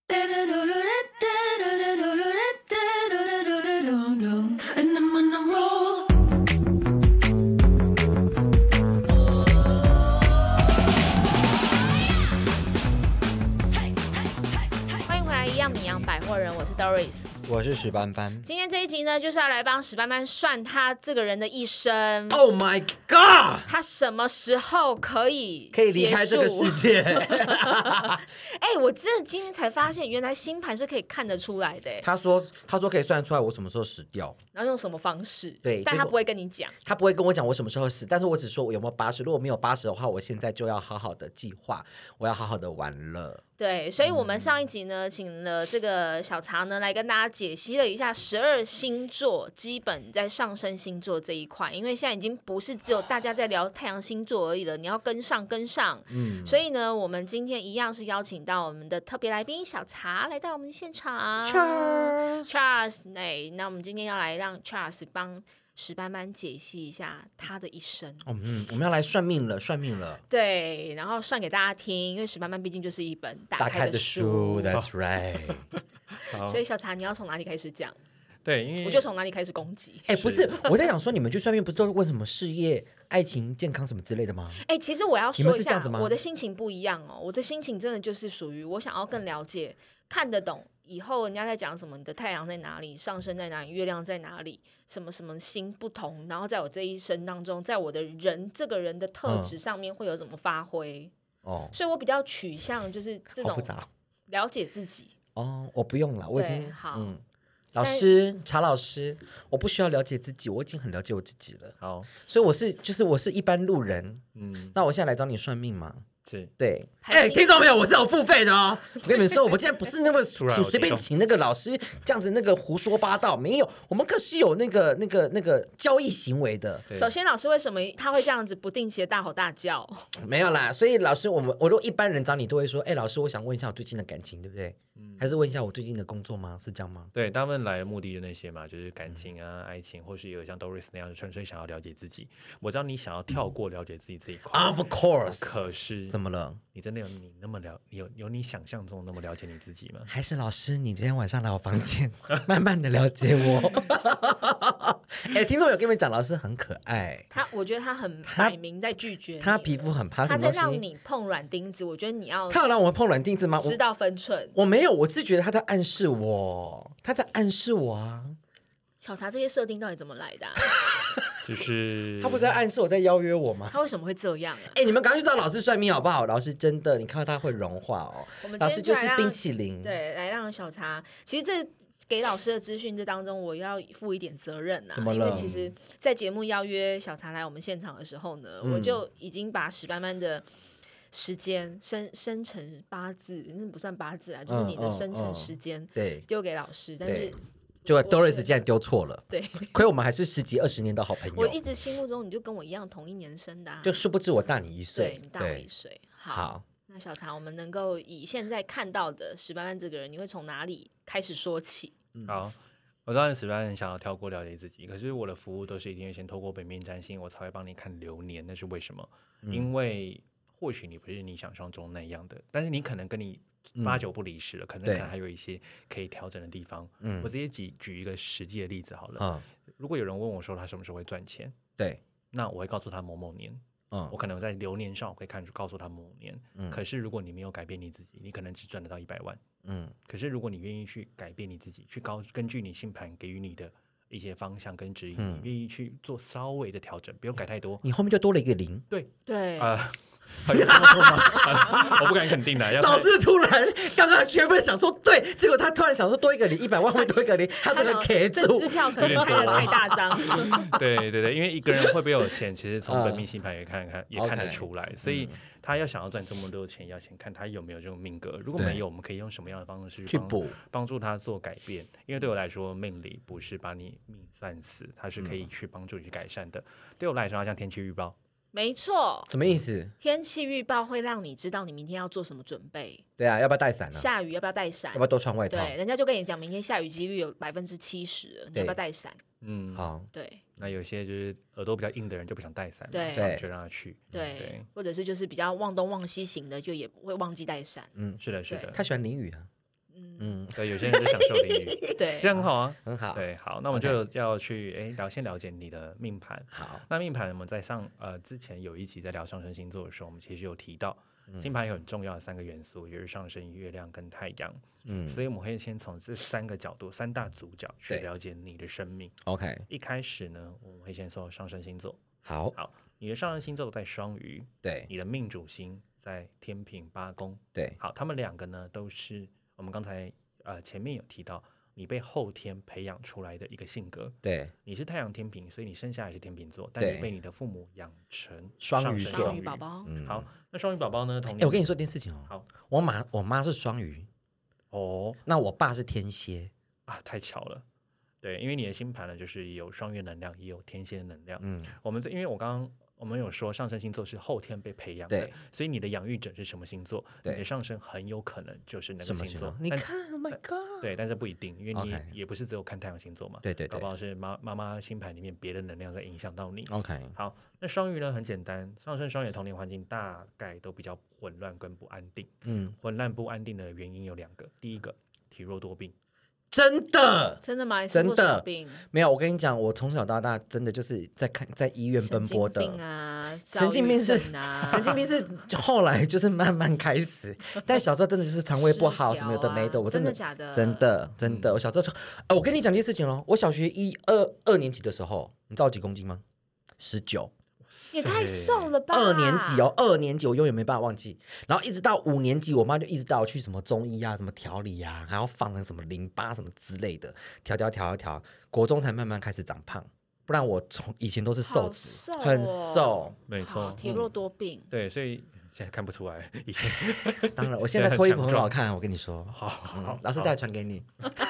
And I'm on a roll. 欢迎回来，一样米阳百货人，我是 Doris， 我是史斑斑。 今天这一集呢，就是要来帮史斑斑算他这个人的一生。 Oh my god！ 他什么时候可以离开这个世界？ 我真的今天才发现，原来星盘是可以看得出来的。 他说可以算得出来我什么时候死掉， 然后用什么方式？ 对， 但他不会跟你讲， 他不会跟我讲我什么时候死，但是我只说我有没有80，如果没有80的话，我现在就要好好的计划，我要好好的玩乐。 对，所以我们上一集呢，请了这个小茶呢来跟大家解析了一下12星座基本在上升星座这一块，因为现在已经不是只有大家在聊太阳星座而已了，你要跟上。所以呢，我们今天一样是邀请到我们的特别来宾小茶来到我们的现场。Charles， 那我们今天要来让 Charles 帮史斑斑解析一下他的一生。 我们要来算命了。 对，然后算给大家听，因为史斑斑毕竟就是一本打开的书。That's right 所以小茶，你要从哪里开始讲？ 对，因为我就从哪里开始攻击。 不是，我在想说，你们去算命不都是问什么事业、爱情、健康什么之类的吗？ 其实我要说一下， 我的心情不一样哦。我的心情真的就是属于我想要更了解、看得懂。以后人家在讲什么，你的太阳在哪里，上升在哪里，月亮在哪里，什么什么星不同，然后在我这一生当中，在我的这个人的特质上面会有怎么发挥。所以我比较取向就是这种了解自己。 我不用了，我已经好。 老师，查老师，我不需要了解自己，我已经很了解我自己了。 好， 所以我是一般路人。那我现在来找你算命吗？ 是， 对。听到没有？我是有付费的哦。我跟你们说，我们今天不是那么随便请那个老师这样子那个胡说八道，没有，我们可是有那个交易行为的。 首先，老师为什么他会这样子不定期的大吼大叫？ 没有啦，所以老师，我如果一般人找你都会说，老师，我想问一下我最近的感情，对不对？还是问一下我最近的工作吗？是这样吗？ 对，他们来的目的就那些嘛，就是感情啊、爱情，或是有像 Doris 那样纯粹想要了解自己。我知道你想要跳过了解自己这一块 ，Of course。 可是怎么了？ 你真的有你想象中那么了解你自己吗？ 还是老师，你昨天晚上来我房间，慢慢的了解我。听众有跟你们讲，老师很可爱。 我觉得他很摆明在拒绝你， 他皮肤很怕什么东西， 他在让你碰软钉子。我觉得你要， 他有让我碰软钉子吗？ 知道分寸。 我没有，我是觉得他在暗示我，啊。 小茶这些设定到底怎么来的？ 就是他不是在暗示我在邀约我吗？ 他为什么会这样啊？ 你们赶快去找老师算命好不好？老师真的，你看到他会融化哦。老师就是冰淇淋， 对，来让小茶。其实这给老师的资讯，这当中我要负一点责任啊。因为其实，在节目邀约小茶来我们现场的时候呢，我就已经把史斑斑的时间生辰八字，那不算八字啊，就是你的生辰时间，对，丢给老师，但是。 就 Doris 竟然丢错了， 对， 亏我们还是10几20年的好朋友。 我一直心目中你就跟我一样同一年生的， 就殊不知我大你1岁， 对，你大我1岁。好，那小茶，我们能够以现在看到的史斑斑这个人，你会从哪里开始说起？ 好，我知道史斑斑想要跳过了解自己，可是我的服务都是一定会先透过本命占星，我才会帮你看流年。那是为什么？因为或许你不是你想象中那样的，但是你可能跟你8、9不离10了，可能还有一些可以调整的地方。我直接举一个实际的例子好了。如果有人问我说他什么时候会赚钱， 对， 那我会告诉他某某年。我可能在流年上我可以告诉他某年。可是如果你没有改变你自己，你可能只赚得到100万。可是如果你愿意去改变你自己，去根据你星盘给予你的一些方向跟指引，你愿意去做稍微的调整，不用改太多， 你后面就多了一个0。 对我不敢肯定的。 老师突然刚刚原本想说对，结果他突然想说多一个0，100万会多一个0，他这个 K 住， 这支票可能开得太大张。 对，因为一个人会不会有钱，其实从本命星盘也看得出来，所以他要想要赚这么多钱，要先看他有没有这种命格。如果没有，我们可以用什么样的方式去帮助他做改变？因为对我来说，命理不是把你命算死，它是可以去帮助你去改善的。对我来说，像天气预报。 没错， 什么意思？ 天气预报会让你知道你明天要做什么准备。 对啊，要不要带伞啊？ 下雨要不要带伞？ 要不要多穿外套？ 对，人家就跟你讲，明天下雨几率有70%了，你要不要带伞？ 好。 对， 那有些就是耳朵比较硬的人就不想带伞， 对， 就让他去。 对，或者是就是比较忘东忘西型的，就也不会忘记带伞。 是的， 他喜欢淋雨啊。 对，有些人就享受淋雨， 对， 这样很好啊。 很好。 对，好，那我们就要去先了解你的命盘。 好， 那命盘我们在之前有一集在聊上升星座的时候，我们其实有提到星盘有很重要的3个元素，也就是上升、月亮跟太阳。所以我们会先从这3个角度、3大主角去了解你的生命。 OK， 一开始呢，我们会先说上升星座。 好， 你的上升星座在双鱼， 对你的命主星在天秤8宫， 对， 好，他们2个呢都是我们刚才前面有提到，你被后天培养出来的一个性格。 对， 你是太阳天秤，所以你生下来是天秤座，但对你被你的父母养成双鱼座双鱼宝宝， 好，那双鱼宝宝呢？同我跟你说一件事情哦。 好， 我妈是双鱼，那我爸是天蝎啊，太巧了。对，因为你的星盘呢，就是有双鱼能量，也有天蝎的能量。因为我们有说上升星座是后天被培养的对， 所以你的养育者是什么星座，你对的上升很有可能就是那个星座。 你看 ，Oh my God， 对，但是不一定，因为你 OK 也不是只有看太阳星座嘛， 对对对搞不好是妈妈星盘里面别的能量在影响到你。 ，OK， 好，那双鱼呢很简单，上升双鱼的童年环境大概都比较混乱跟不安定。混乱不安定的原因有2个，第一个体弱多病。 真的真的吗？你真生过什么的病？ 没有。我跟你讲，我从小到大真的就是在医院奔波的。 神经病啊， 神经病是躁郁症啊， 神经病是后来就是慢慢开始，但小时候真的就是肠胃不好失调啊什么有的没的，我真的假的？ 真的，我小时候就，我跟你讲件事情咯，我小学二年级的时候，你知道我几公斤吗？19。 也太瘦了吧 ！2年级哦，2年级我永远没办法忘记。然后一直到5年级，我妈就一直带我去什么中医啊、什么调理啊，还要放那什么淋巴什么之类的，调。国中才慢慢开始长胖，不然我从以前都是瘦子， 好瘦哦很瘦。 没错， 体弱多病。 对，所以现在看不出来，以前当然，我现在脱衣服很好看，我跟你说。 好， 老师再传给你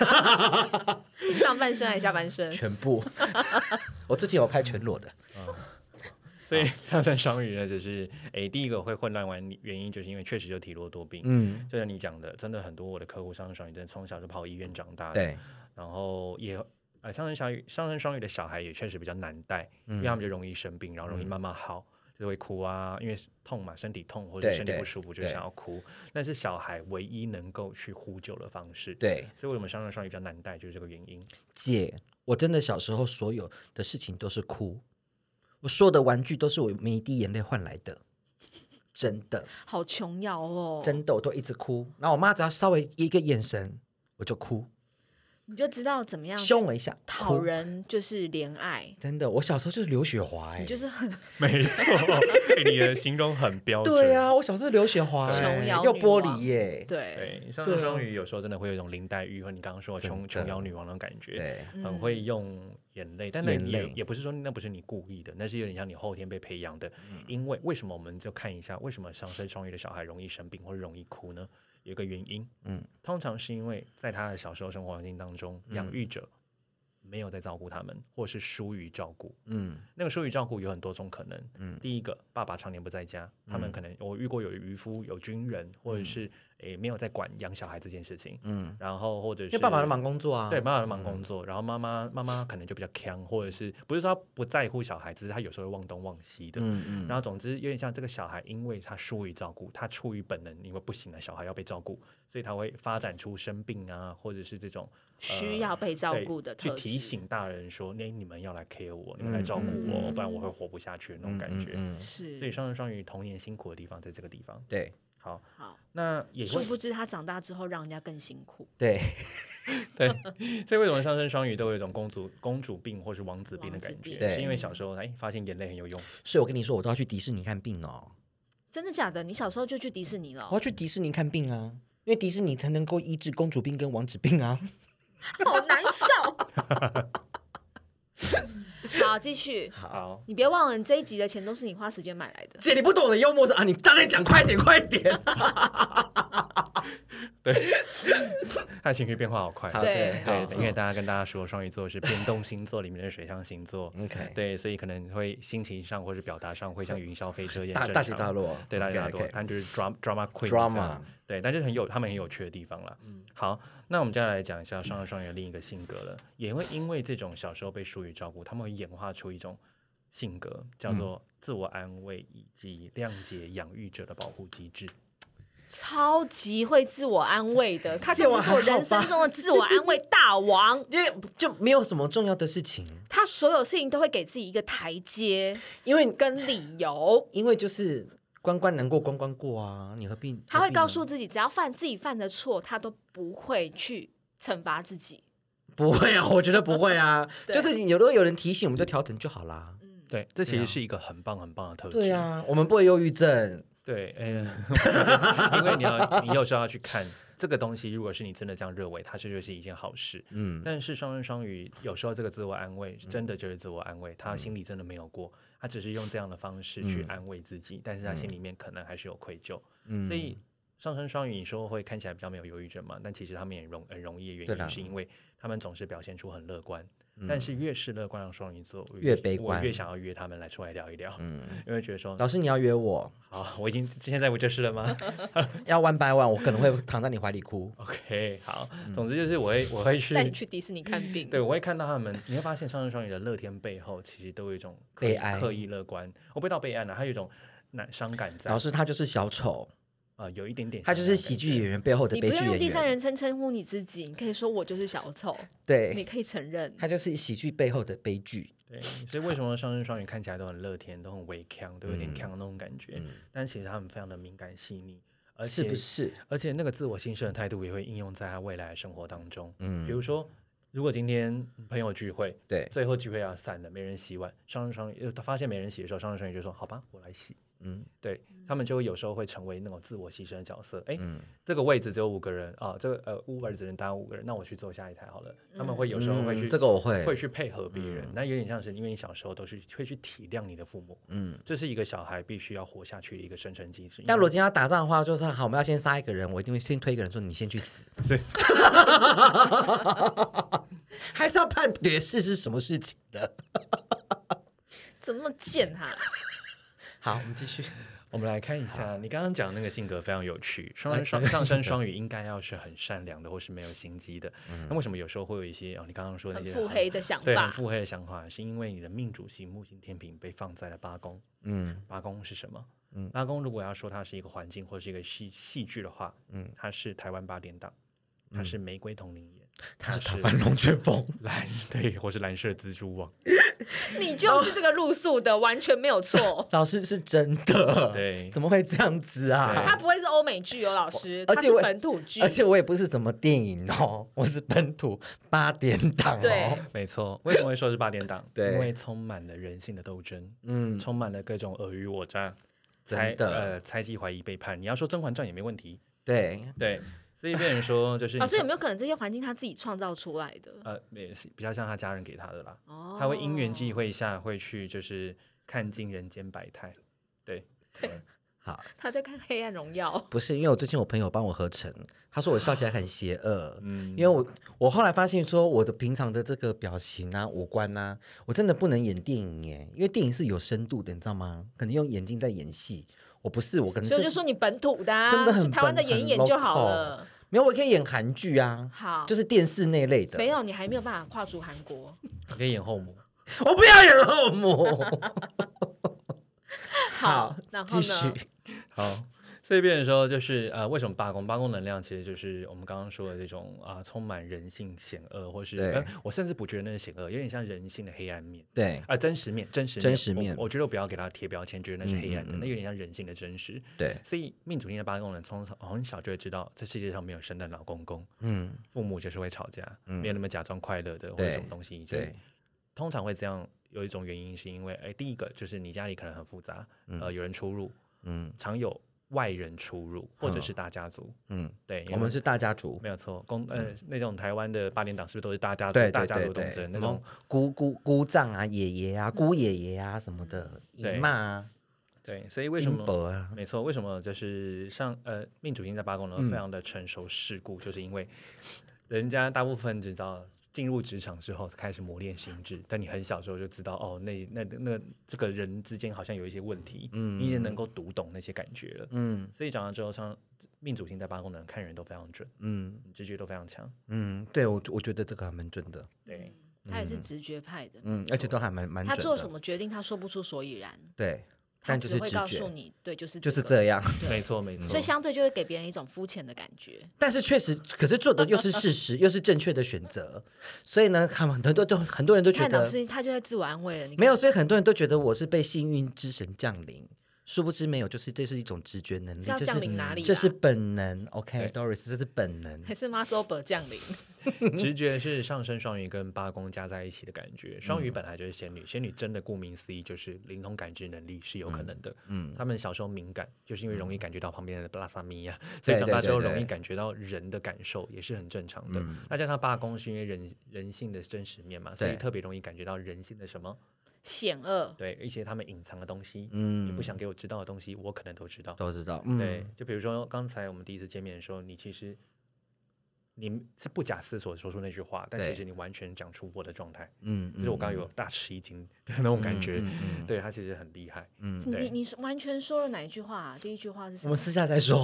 上半身还是下半身？ 全部。我最近有拍全裸的。 所以上升双鱼呢，就是第一个会混乱完原因，就是因为确实就体弱多病。就像你讲的，真的很多我的客户上升双鱼，真的从小就跑医院长大的。 对， 然后也上升双鱼的小孩也确实比较难带，因为他们就容易生病，然后容易慢慢好，就会哭啊，因为痛嘛，身体痛或者身体不舒服就想要哭。那是小孩唯一能够去呼救的方式。 对， 所以为什么上升双鱼比较难带，就是这个原因。 姐，我真的小时候所有的事情都是哭。我所有的玩具都是我每一滴眼泪换来的，真的， 好琼瑶哦！ 真的，我都一直哭。然后我妈只要稍微一个眼神，我就哭， 你就知道怎么样凶我一下， 讨哭。 人就是怜爱， 真的，我小时候就是刘雪华你就是很没错，你的形容很标准。 对啊，我小时候刘雪华琼瑶又玻女王璃耶， 对， 上升双鱼有时候真的会有一种林黛玉和你刚刚说的琼瑶女王那种感觉， 对， 很会用眼泪，但眼泪也不是说那不是你故意的，那是有点像你后天被培养的。因为什么我们就看一下，为什么上升双鱼的小孩容易生病或者容易哭呢？有一个原因，通常是因为在他的小时候生活环境当中，养育者没有在照顾他们，或是疏于照顾。那个疏于照顾有很多种可能。第一个，爸爸常年不在家，他们可能我遇过有渔夫、有军人，或者是没有在管养小孩这件事情。然后或者是因为爸爸都忙工作啊， 对，爸爸都忙工作，然后妈妈可能就比较强，或者是不是说他不在乎小孩，只是他有时候会忘东忘西的。然后总之有点像这个小孩，因为他疏于照顾，他出于本能，因为不行了，小孩要被照顾，所以他会发展出生病啊，或者是这种需要被照顾的特质， 去提醒大人说，你们要来 care 我，你们来照顾我，不然我会活不下去的那种感觉。 是， 所以上升双鱼童年辛苦的地方在这个地方。 对， 好，那也会殊不知他长大之后让人家更辛苦。 对， 对，所以为什么上升双鱼都有一种公主病或是王子病的感觉？ 对是因为小时候发现眼泪很有用。 所以我跟你说，我都要去迪士尼看病哦。 真的假的？你小时候就去迪士尼了我要去迪士尼看病啊，因为迪士尼才能够医治公主病跟王子病啊。 好难受。好，继续。 好， 你别忘了，你这一集的钱都是你花时间买来的。 姐，你不懂我的幽默啊！你当然讲快点，快点。 对，他的情绪变化好快。 对对，因为跟大家说，双鱼座是变动星座里面的水象星座。 OK， 对，所以可能会心情上或是表达上会像云霄飞车一样大起大落。 对，大起大落，他就是 drama queen。 drama。 对，但是他们很有趣的地方啦。好，那我们接下来讲一下上升双鱼的另一个性格了，也会因为这种小时候被疏于照顾，他们会演化出一种性格，叫做自我安慰以及谅解养育者的保护机制。 超级会自我安慰的，他根本是我这我还好吧人生中的自我安慰大王。 因为就没有什么重要的事情， 他所有事情都会给自己一个台阶因为跟理由， 就是关关难过关关过啊，你何必？ 他会告何必呢诉自己，只要自己犯的错，他都不会去惩罚自己。 不会啊，我觉得不会啊， 对就是有如果有人提醒，我们就调整就好啦。 对，这其实是一个很棒很棒的特质。 对啊，我们不会忧郁症。 对，因为你有时候要去看这个东西，如果是你真的这样认为，它就是一件好事。但是上升双鱼有时候这个自我安慰真的就是自我安慰，他心里真的没有过，他只是用这样的方式去安慰自己，但是他心里面可能还是有愧疚。所以上升双鱼你说会看起来比较没有忧郁症嘛？但其实他们也很容易的原因是因为他们总是表现出很乐观。但是越是乐观的双鱼座， 越悲观， 我越想要约他们来出来聊一聊，因为觉得说， 老师你要约我， 好，我现在不就是了吗？ 要100万，我可能会躺在你怀里哭。 OK， 好，总之就是我会去带你去迪士尼看病。 对，我会看到他们，你会发现上升双鱼的乐天背后，其实都有一种悲哀刻意乐观。我不会到悲哀了，他有一种伤感在。 老师他就是小丑， 有一点点， 他就是喜剧演员背后的你不用悲剧演员。 用第三人称称呼你自己，你可以说我就是小丑，你对， 可以承认。 他就是喜剧背后的悲剧。 对，所以为什么上升双鱼看起来都很乐天，都很微强，都有点强的那种感觉？但其实他们非常的敏感细腻，而且是不是？ 而且那个自我牺牲的态度也会应用在他未来的生活当中。比如说，如果今天朋友聚会， 对， 最后聚会要散了，没人洗碗，上升双鱼他发现没人洗的时候，上升双鱼就说：“好吧，我来洗。”对他们就会有时候会成为那种自我牺牲的角色。这个位置只有5个人啊，这个Uber只能搭5个人，那我去坐下一台好了。他们会有时候会去这个我会去配合别人，那有点像是因为你小时候都是会去体谅你的父母，这是一个小孩必须要活下去的一个生存机制。 但如果今天要打仗的话，就是好，我们要先杀一个人，我一定会先推一个人说你先去死。还是要判别是什么事情的。 怎么那么贱哈？ 好，我们继续。 我们来看一下，你刚刚讲那个性格非常有趣，上升双鱼应该要是很善良的，或是没有心机的。那为什么有时候会有一些你刚刚说的那些很腹黑的想对，很法？ 腹黑的想法，是因为你的命主星木星天平被放在了8宫。8宫是什么？8宫如果要说它是一个环境或是一个戏剧的话，它是台湾8点档，它是玫瑰同龄眼， 他是台湾龙卷风， 对，或是蓝色蜘蛛网。 你就是这个路数的，完全没有错。 老师是真的， 对， 怎么会这样子啊？ 它不会是欧美剧哦，老师，它是而且我本土剧， 而且我也不是什么电影哦，我是本土8点档对哦。 没错。为什么会说是8点档？ 对因为充满了人性的斗争，充满了各种尔虞我诈， 真的猜忌、怀疑、背叛。你要说《甄嬛传》也没问题， 对， 对。所以变成说，就是老师有没有可能这些环境他自己创造出来的？ 也是比较像他家人给他的啦。 哦， 他会因缘际会下会去就是看尽人间百态，对。 好， 他在看《黑暗荣耀》。 不是因为我最近我朋友帮我合成，他说我笑起来很邪恶，因为我后来发现说我的平常的这个表情啊、五官啊，我真的不能演电影耶，因为电影是有深度的，你知道吗？可能用眼睛在演戏，我不是，我可能所以就说你本土的、啊， 真的很去台湾的演一演就好了。 没有，我可以演韩剧啊， 好， 就是电视那类的。 没有，你还没有办法跨出韩国。 你可以演后母， 我不要演后母。 好，然后继续呢？ 好。所以变成说，就是为什么8宫能量其实就是我们刚刚说的这种充满人性险恶，或是我甚至不觉得那是险恶，有点像人性的黑暗面。 对真实面。我觉得我不要给他贴标签，觉得那是黑暗的，那有点像人性的真实。 对， 所以命主星的8宫人从很小就会知道，这世界上没有圣诞老公公，父母就是会吵架，没有那么假装快乐的或者什么东西。对，通常会这样，有一种原因是因为，第一个就是你家里可能很复杂，有人出入，常有外人出入，或者是大家族，对， 我们是大家族， 没有错。那种台湾的8点档是不是都是大家族？大家族斗争那种姑丈啊、爷爷啊、姑爷爷啊什么的，姨妈啊， 对，所以为什么？ 啊、 没错，为什么就是命主星在8宫呢？非常的成熟世故，就是因为人家大部分知道。进入职场之后开始磨练心智，但你很小时候就知道哦，那这个人之间好像有一些问题，你也能够读懂那些感觉了，所以长大之后，像命主星在8宫的人看人都非常准，直觉都非常强， 对我觉得这个还蛮准的， 对， 他也是直觉派的， 而且都还蛮准的。 他做什么决定，他说不出所以然， 对。 但就是只会告直觉诉你，对，就是就是个这样。 没错没错。 所以相对就会给别人一种肤浅的感觉。 但是确实，可是做的又是事实，又是正确的选择，所以呢，他们很多人都觉得看老师他就在自我安慰了，你看没有，所以很多人都觉得我是被幸运之神降临，殊不知没有，就是这是一种直觉能力， 是要降临哪里啊这是本能。OK，Doris，、 对这是本能。 还是妈祖本降临。 直觉是上升双鱼跟八宫加在一起的感觉。双鱼本来就是仙女，仙女真的顾名思义就是灵通感知能力是有可能的。他们小时候敏感，就是因为容易感觉到旁边的布拉萨米亚，所以长大之后容易感觉到人的感受，也是很正常的。那加上八宫是因为人性的真实面嘛，所以特别容易感觉到人性的什么险恶， 对一些他们隐藏的东西，你不想给我知道的东西，我可能都知道。 都知道， 对，就比如说刚才我们第一次见面的时候，你其实你是不假思索说出那句话，但其实你完全讲出我的状态，就是我刚刚有大吃一惊的那种感觉，对他其实很厉害，对你完全说了哪一句话啊？第一句话是什么？ 我们私下再说。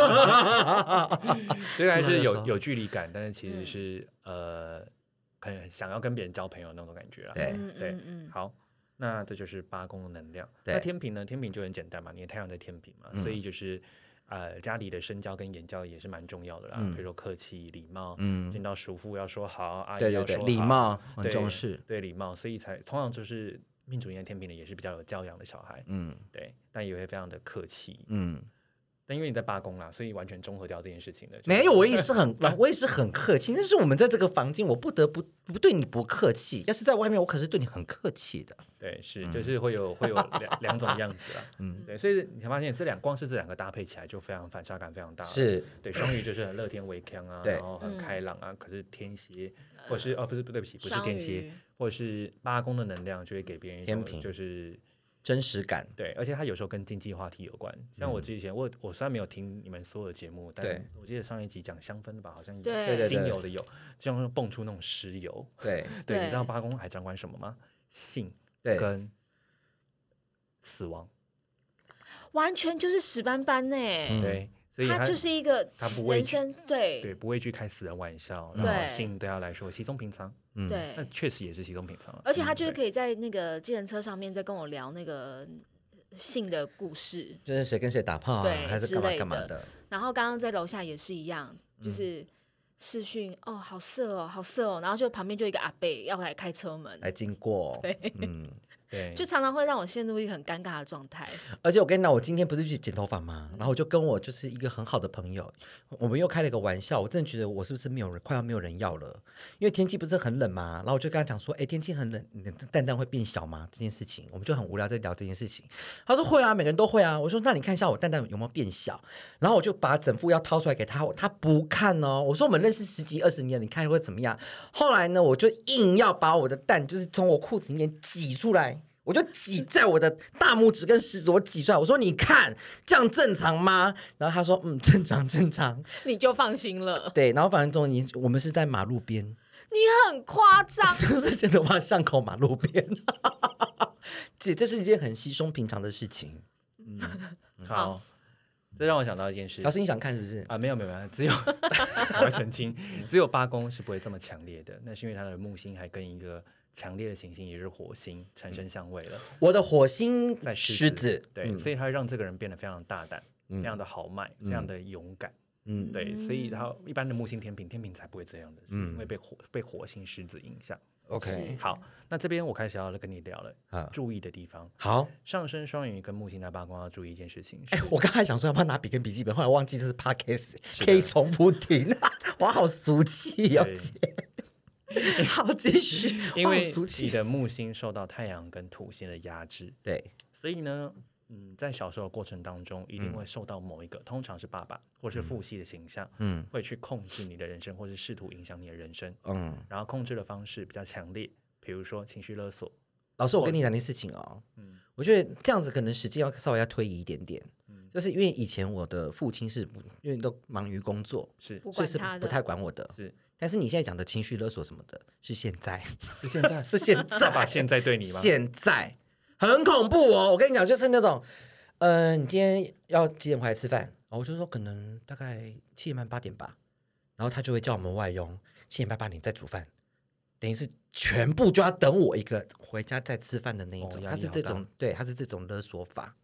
虽然是有距离感，但是其实是可能想要跟别人交朋友那种感觉啦。对，好。那这就是八宫的能量。那天平呢？天平就很简单嘛，你的太阳在天平嘛，所以就是家里的身教跟言教也是蛮重要的啦。比如说客气、礼貌，见到叔父要说好，阿姨要说好， 礼貌很重视， 对礼貌，所以通常就是命主星在天平的也是比较有教养的小孩，对，但也会非常的客气，但因为你在八宫啦，所以完全综合掉这件事情的。 没有，我也是很客气。但是我们在这个房间，我不得不对你不客气。要是在外面，我可是对你很客气的。 对，是，就是会有两种样子啦。对，所以你会发现光是这两个搭配起来就非常反差感非常大。 是， 对，双鱼就是很乐天为康啊，然后很开朗啊。可是天蝎，或是不是对不起，不是天蝎，或者是八宫的能量就会给别人一种就是真实感。 对，而且它有时候跟经济话题有关。像我之前，我虽然没有听你们所有的节目，但我记得上一集讲香氛的吧，好像有精油的有，像蹦出那种石油。 对， 你知道八宫还掌管什么吗？性跟死亡， 完全就是屎斑斑呢。 对，所以他就是一个人生对， 不会去开死人玩笑，然后性对他来说稀松平常。 对， 那确实也是稀松平常。 而且他就是可以在那个计程车上面再跟我聊那个性的故事， 就是谁跟谁打炮啊，还是干嘛的。 然后刚刚在楼下也是一样，就是视讯好色哦，好色哦，然后就旁边就一个阿伯要来开车门来经过， 对， 就常常会让我陷入一个很尴尬的状态。 而且我跟你讲，我今天不是去剪头发吗？然后我就跟我就是一个很好的朋友，我们又开了一个玩笑。我真的觉得我是不是快要没有人要了？因为天气不是很冷嘛，然后我就跟他讲说，天气很冷，你的蛋蛋会变小吗？这件事情，我们就很无聊在聊这件事情。他说会啊，每个人都会啊。我说那你看一下我蛋蛋有没有变小？然后我就把整副要掏出来给他，他不看哦。我说我们认识10几20年，你看会怎么样？后来呢，我就硬要把我的蛋就是从我裤子里面挤出来。我就挤在我的大拇指跟食指，我挤出来。我说：“你看，这样正常吗？”然后他说：“正常。” 你就放心了。 对，然后反正我们是在马路边， 你很夸张， 就是剪头发巷口马路边。姐，这是一件很稀松平常的事情。 好，这让我想到一件事。 老师，你想看是不是？ 没有，只有我要澄清，只有八宫是不会这么强烈的。那是因为它的木星还跟一个强烈的行星，也是火星产生相位了。 我的火星在狮子， 对，所以它让这个人变得非常大胆，非常的豪迈，非常的勇敢。对，所以他一般的木星天平才不会这样的，因为被火星狮子影响。 OK， 好，那这边我开始要跟你聊了，注意的地方。 好， 上升双鱼跟木星在八宫要注意一件事情。 我刚才想说要不要拿笔跟笔记本，后来忘记这是 Podcast， 可以重复听。我好俗气哦，姐。好，继续。 因为你的木星受到太阳跟土星的压制， 对， 所以呢，在小时候的过程当中，一定会受到某一个，通常是爸爸或是父系的形象，会去控制你的人生，或是试图影响你的人生，然后控制的方式比较强烈，比如说情绪勒索。 老师，我跟你讲件事情哦，我觉得这样子可能时间要稍微要推移一点点，就是因为以前我的父亲是因为都忙于工作，所以是不太管我的， 是。 但是你现在讲的情绪勒索什么的，是现在， 是现在，爸爸现在对你吗？ 现在很恐怖哦！我跟你讲，就是那种，你今天要几点回来吃饭？我就说可能大概7点半8点吧，然后他就会叫我们外佣7点半8点再煮饭，等于是全部就要等我一个回家再吃饭的那一种。他是这种，对，他是这种勒索法。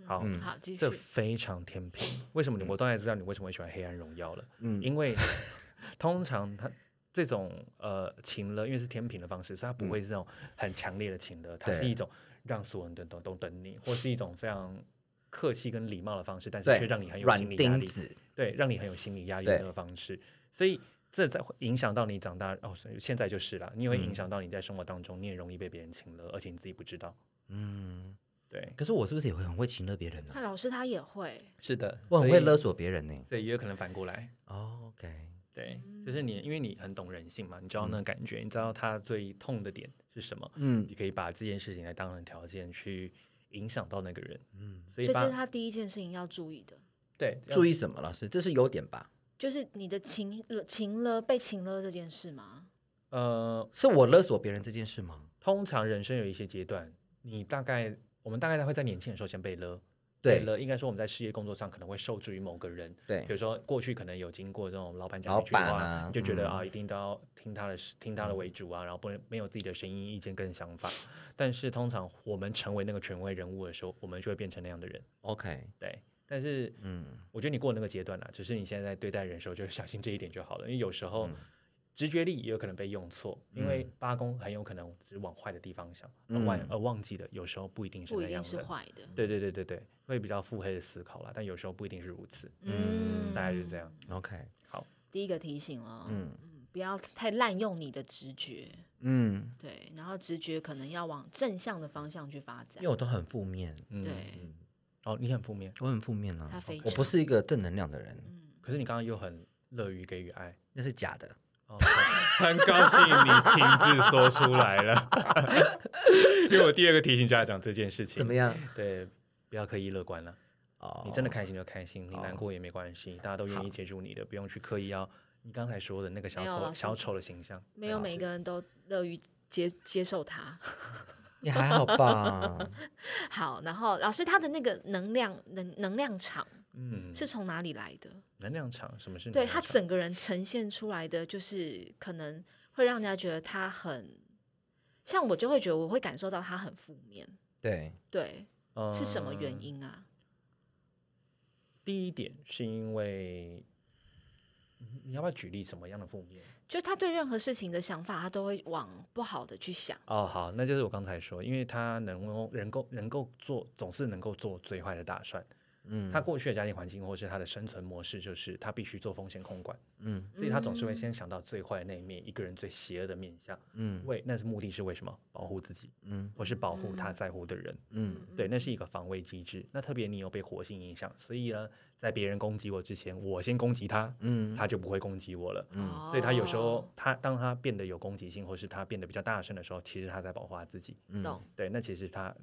好， 好，继续这。非常天平。为什么我当然知道你为什么会喜欢《黑暗荣耀》了。因为通常他这种情勒，因为是天平的方式，所以它不会是那种很强烈的情勒，它是一种让所有人都等你，或是一种非常客气跟礼貌的方式，但是却让你很有心理压力。对，让你很有心理压力的那个方式。所以这在影响到你长大哦，现在就是了，你也会影响到你在生活当中，你也容易被别人情勒，而且你自己不知道。对。 可是我是不是也会很会情勒别人呢？ 那老师他也会， 是的， 我很会勒索别人呢。 所以也有可能反过来。 OK， 对，就是你，因为你很懂人性嘛，你知道那个感觉，你知道他最痛的点是什么，你可以把这件事情来当成条件去影响到那个人，所以这是他第一件事情要注意的。 对， 注意什么？老师，这是优点吧？ 就是你的情勒被情勒这件事吗？ 是我勒索别人这件事吗？ 通常人生有一些阶段，我们大概会在年轻的时候先被勒。 对了，应该说我们在事业工作上可能会受制于某个人， 对， 比如说过去可能有经过这种老板讲一句话，你就觉得一定都要听他的为主啊，然后没有自己的声音、意见跟想法。但是通常我们成为那个权威人物的时候，我们就会变成那样的人。 OK， 对，但是我觉得你过那个阶段了，只是你现在在对待人的时候就小心这一点就好了，因为有时候。直觉力也有可能被用错，因为八宫很有可能只往坏的地方想，而忘记的有时候不一定是那样的， 不一定是坏的。 对，会比较腹黑的思考啦，但有时候不一定是如此。大概就是这样。 OK， 好， 第一个提醒了，不要太滥用你的直觉。对，然后直觉可能要往正向的方向去发展， 因为我都很负面。 对， 哦，你很负面， 我很负面啊， 他非常我不是一个正能量的人。 可是你刚刚又很乐于给予爱， 那是假的。 很高兴你亲自说出来了，因为我第二个提醒就要讲这件事情。 怎么样？ 对，不要刻意乐观了。你真的开心就开心，你难过也没关系，大家都愿意接住你的，不用去刻意要你刚才说的那个小丑的形象。 没有每个人都乐于接受他。 也还好吧。 好，然后老师他的那个能量场，是从哪里来的？ 能量场什么是能对量场？ 他整个人呈现出来的，就是可能会让人家觉得他很像我，就会觉得我会感受到他很负面。 对， 是什么原因啊？ 第一点是因为你要不要举例什么样的负面？ 就他对任何事情的想法，他都会往不好的去想。 哦，好，那就是我刚才说，因为他能够做，总是能够做最坏的打算。他过去的家庭环境或是他的生存模式，就是他必须做风险控管。所以他总是会先想到最坏的那一面，一个人最邪恶的面相。那是目的是为什么？保护自己，或是保护他在乎的人。对，那是一个防卫机制。那特别你有被火星影响，所以呢，在别人攻击我之前，我先攻击他，他就不会攻击我了。所以他有时候当他变得有攻击性，或是他变得比较大声的时候，其实他在保护他自己。对，那其实他。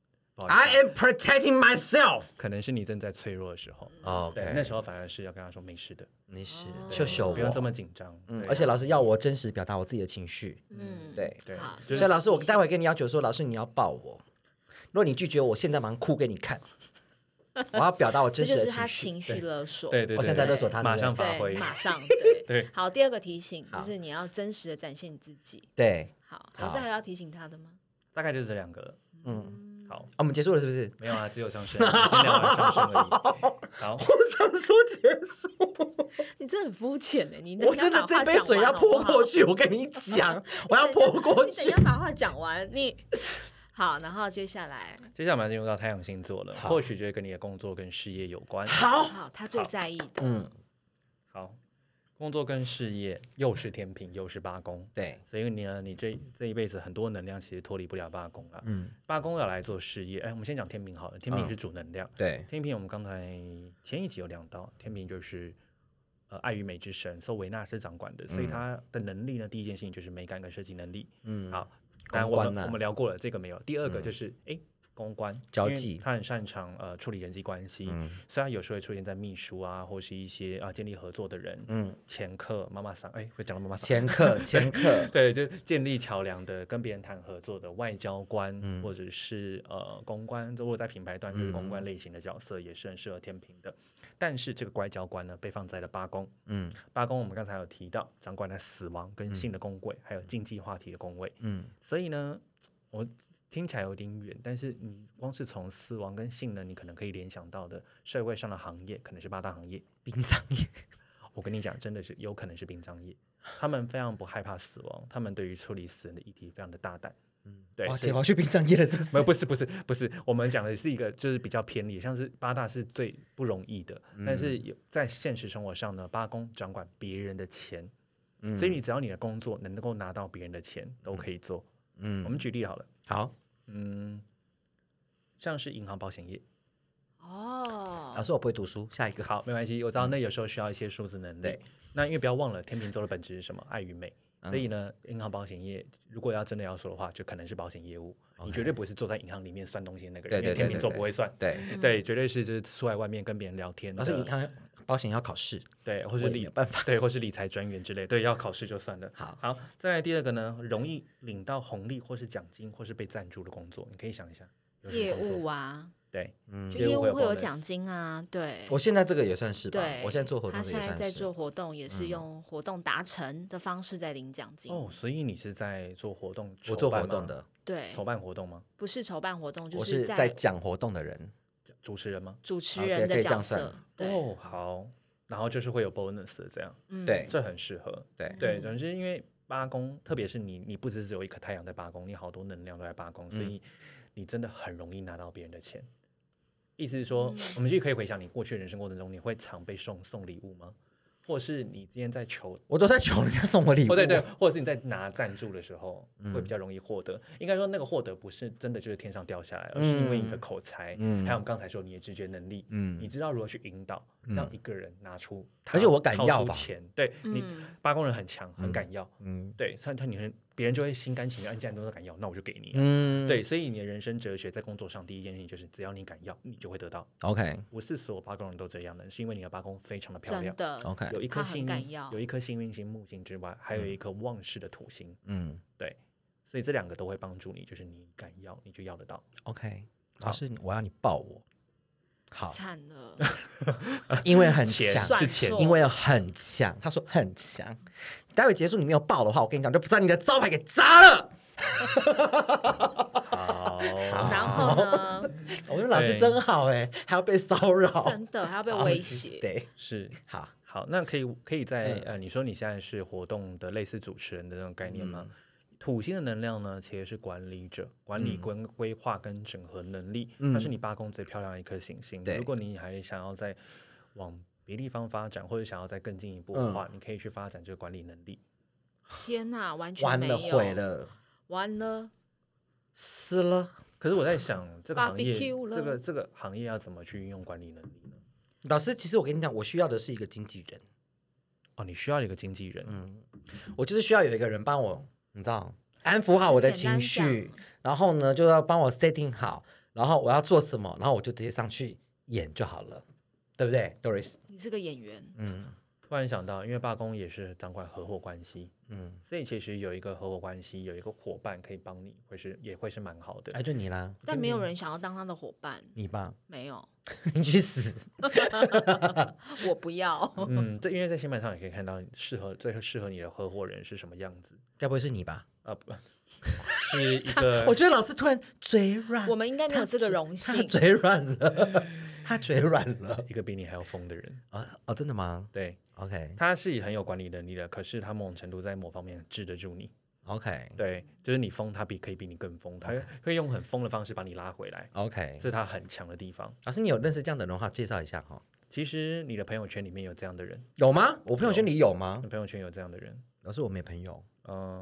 I am protecting myself。 可能是你正在脆弱的时候，对，那时候反而是要跟他说没事的， 没事，秀秀我， 不用这么紧张。 而且老师要我真实表达我自己的情绪。对，所以老师，我待会跟你要求说，老师你要抱我，如果你拒绝我，现在马上哭给你看。我要表达我真实的情绪， 这就是他情绪勒索。 对， 我现在勒索他， 马上发挥， 马上对。 好，第二个提醒就是你要真实的展现你自己。 对， 好，老师还要提醒他的吗？ 大概就是这两个。好， 我们结束了是不是？ 没有啊，只有上升，先聊完上升而已。好， 我想说结束。 你真的很肤浅哎！ 我真的这杯水要泼过去，我跟你讲，我要泼过去。 你等一下把话讲完，好，然后接下来我们进入到太阳星座了，或许就会跟你的工作跟事业有关。 好，他最在意的。 好。工作跟事业又是天平又是八宫， 对， 所以你这一辈子很多能量其实脱离不了八宫啊。八宫要来做事业，我们先讲天平好了，天平是主能量。 对， 天平我们刚才前一集有聊到，天平就是爱与美之神，受维纳斯掌管的，所以他的能力呢，第一件事情就是美感跟设计能力。好，当然我们聊过了，这个没有。第二个就是公关交际， 他很擅长处理人际关系，所以他有时候会出现在秘书啊，或是一些建立合作的人，掮客、妈妈桑，会讲到妈妈桑， 掮客， 对，就建立桥梁的，跟别人谈合作的外交官，或者是公关，如果在品牌端就是公关类型的角色，也是很适合天平的。但是这个外交官呢，被放在了八宫，八宫我们刚才有提到，掌管了死亡跟性的宫位，还有竞技话题的宫位，所以呢。 我听起来有点远，但是你光是从死亡跟性能，你可能可以联想到的社会上的行业，可能是8大行业。 殡葬业， 我跟你讲，真的是有可能是殡葬业，他们非常不害怕死亡，他们对于处理死人的议题非常的大胆。对， 哇， 所以姐跑去殡葬业了，是不是？ 没有，不是，我们讲的是一个就是比较偏离，像是8大是最不容易的，但是在现实生活上呢，八公掌管别人的钱，所以你只要你的工作能够拿到别人的钱，都可以做。我们举例好了， 好， 像是银行保险业。 老师我不会读书，下一个。 好，没关系，我知道那有时候需要一些数字能力。 对， 那因为不要忘了，天秤座的本质是什么？爱与美。所以呢，银行保险业如果要真的要说的话，就可能是保险业务。你绝对不是坐在银行里面算东西的那个人，因为天秤座不会算。对，绝对是就是出来外面跟别人聊天的。 老师，银行保险要考试， 对，或是没办法， 对，或是理财专员之类，对，要考试就算了。 好， 再来第二个呢，容易领到红利或是奖金或是被赞助的工作，你可以想一下， 业务啊， 对， 就业务会有奖金啊，对。 我现在这个也算是吧， 对， 我现在做活动他现在在也算是。 做活动，也是用活动达成的方式在领奖金。 哦，所以你是在做活动， 我做活动的， 对， 筹办活动吗？ 不是筹办活动， 我是在讲活动的人， 主持人吗？ 主持人的角色。 哦，好，然后就是会有 bonus 这样， 对， 这很适合。对，总之因为八宫，特别是你不只有一颗太阳在八宫，你好多能量都在八宫，所以你真的很容易拿到别人的钱。意思是说，我们就可以回想你过去的人生过程中，你会常被送礼物吗？或是你之前在求， 我都在求人家送我礼物， 对，或者是你在拿赞助的时候，会比较容易获得。应该说那个获得不是真的就是天上掉下来，而是因为你的口才，还有我们刚才说你的直觉能力，你知道如何去引导，让一个人拿出， 而且我敢要吧， 钱，对你八宫人很强，很敢要，对，别人就会心甘情愿，你既然都敢要，那我就给你，对，所以你的人生哲学在工作上第一件事情就是，只要你敢要，你就会得到。 OK， 不是所有八宫人都这样的，是因为你的八宫非常的漂亮， 真的 OK， 有一颗幸运，有一颗幸运星木星之外，还有一颗旺势的土星，对，所以这两个都会帮助你，就是你敢要，你就要得到。 OK， 老师，我要你抱我。好， 惨了， 因为很强， 是钱， 因为很强。他说很强，待会结束你没有抱的话，我跟你讲，就把你的招牌给砸了。 好， 然后呢？ 我们老师真好哎，还要被骚扰， 真的还要被威胁。 对， 是好， 那可以在你说你现在是活动的类似主持人的那种概念吗？土星的能量呢，其实是管理者，管理、规划跟整合能力，它是你八宫最漂亮的一颗行星。如果你还想要再往别地方发展，或者想要再更进一步的话，你可以去发展这个管理能力。 天哪，完全没有， 毁了， 完了， 死了。 可是我在想，这个行业，这个行业要怎么去运用管理能力呢？ 老师，其实我跟你讲，我需要的是一个经纪人。 哦，你需要一个经纪人。 我就是需要有一个人帮我。你知道，安抚好我的情绪，然后呢，就要帮我 setting 好，然后我要做什么，然后我就直接上去演就好了，对不对 ，Doris？ 你是个演员， 突然想到，因为八宫也是掌管合伙关系，所以其实有一个合伙关系，有一个伙伴可以帮你，也会是蛮好的。 哎，就你啦， 但没有人想要当他的伙伴， 你吧？ 没有， 你去死！ 我不要。 这因为在星盘上也可以看到最适合你的合伙人是什么样子。 该不会是你吧？ 不是一个。 我觉得老师突然嘴软， 我们应该没有这个荣幸。 他嘴软了，他嘴软了。 一个比你还要疯的人哦，真的吗？ 对 ，OK， 他是很有管理能力的，可是他某种程度在某方面治得住你。 OK， 对，就是你疯，他可以比你更疯，他会用很疯的方式把你拉回来。 OK， 这是他很强的地方。 老师，你有认识这样的人的话，介绍一下哈。 其实你的朋友圈里面有这样的人， 有吗？我朋友圈里有吗？ 你朋友圈有这样的人？ 老师，我没朋友。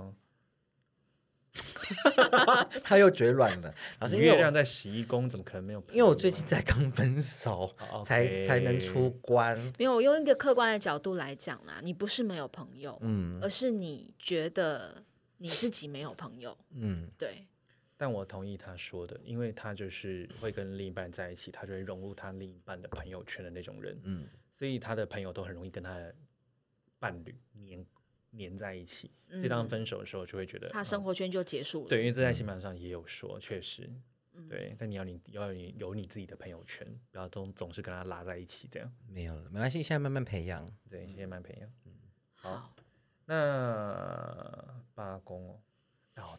他又嘴软了。老师，因为月亮在11宫，怎么可能没有朋友？ 因为我最近才刚分手，才能出关。 没有，我用一个客观的角度来讲啦，你不是没有朋友，而是你觉得你自己没有朋友，对。 但我同意他说的，因为他就是会跟另一半在一起，他就会融入他另一半的朋友圈的那种人，所以他的朋友都很容易跟他的伴侣黏在一起，所以当分手的时候就会觉得他生活圈就结束了。 对，因为这在星盘上也有说，确实，对。但你要有你自己的朋友圈，不要总是跟他拉在一起这样。 没有了，没关系，现在慢慢培养。 对，现在慢慢培养。好，那八宫哦，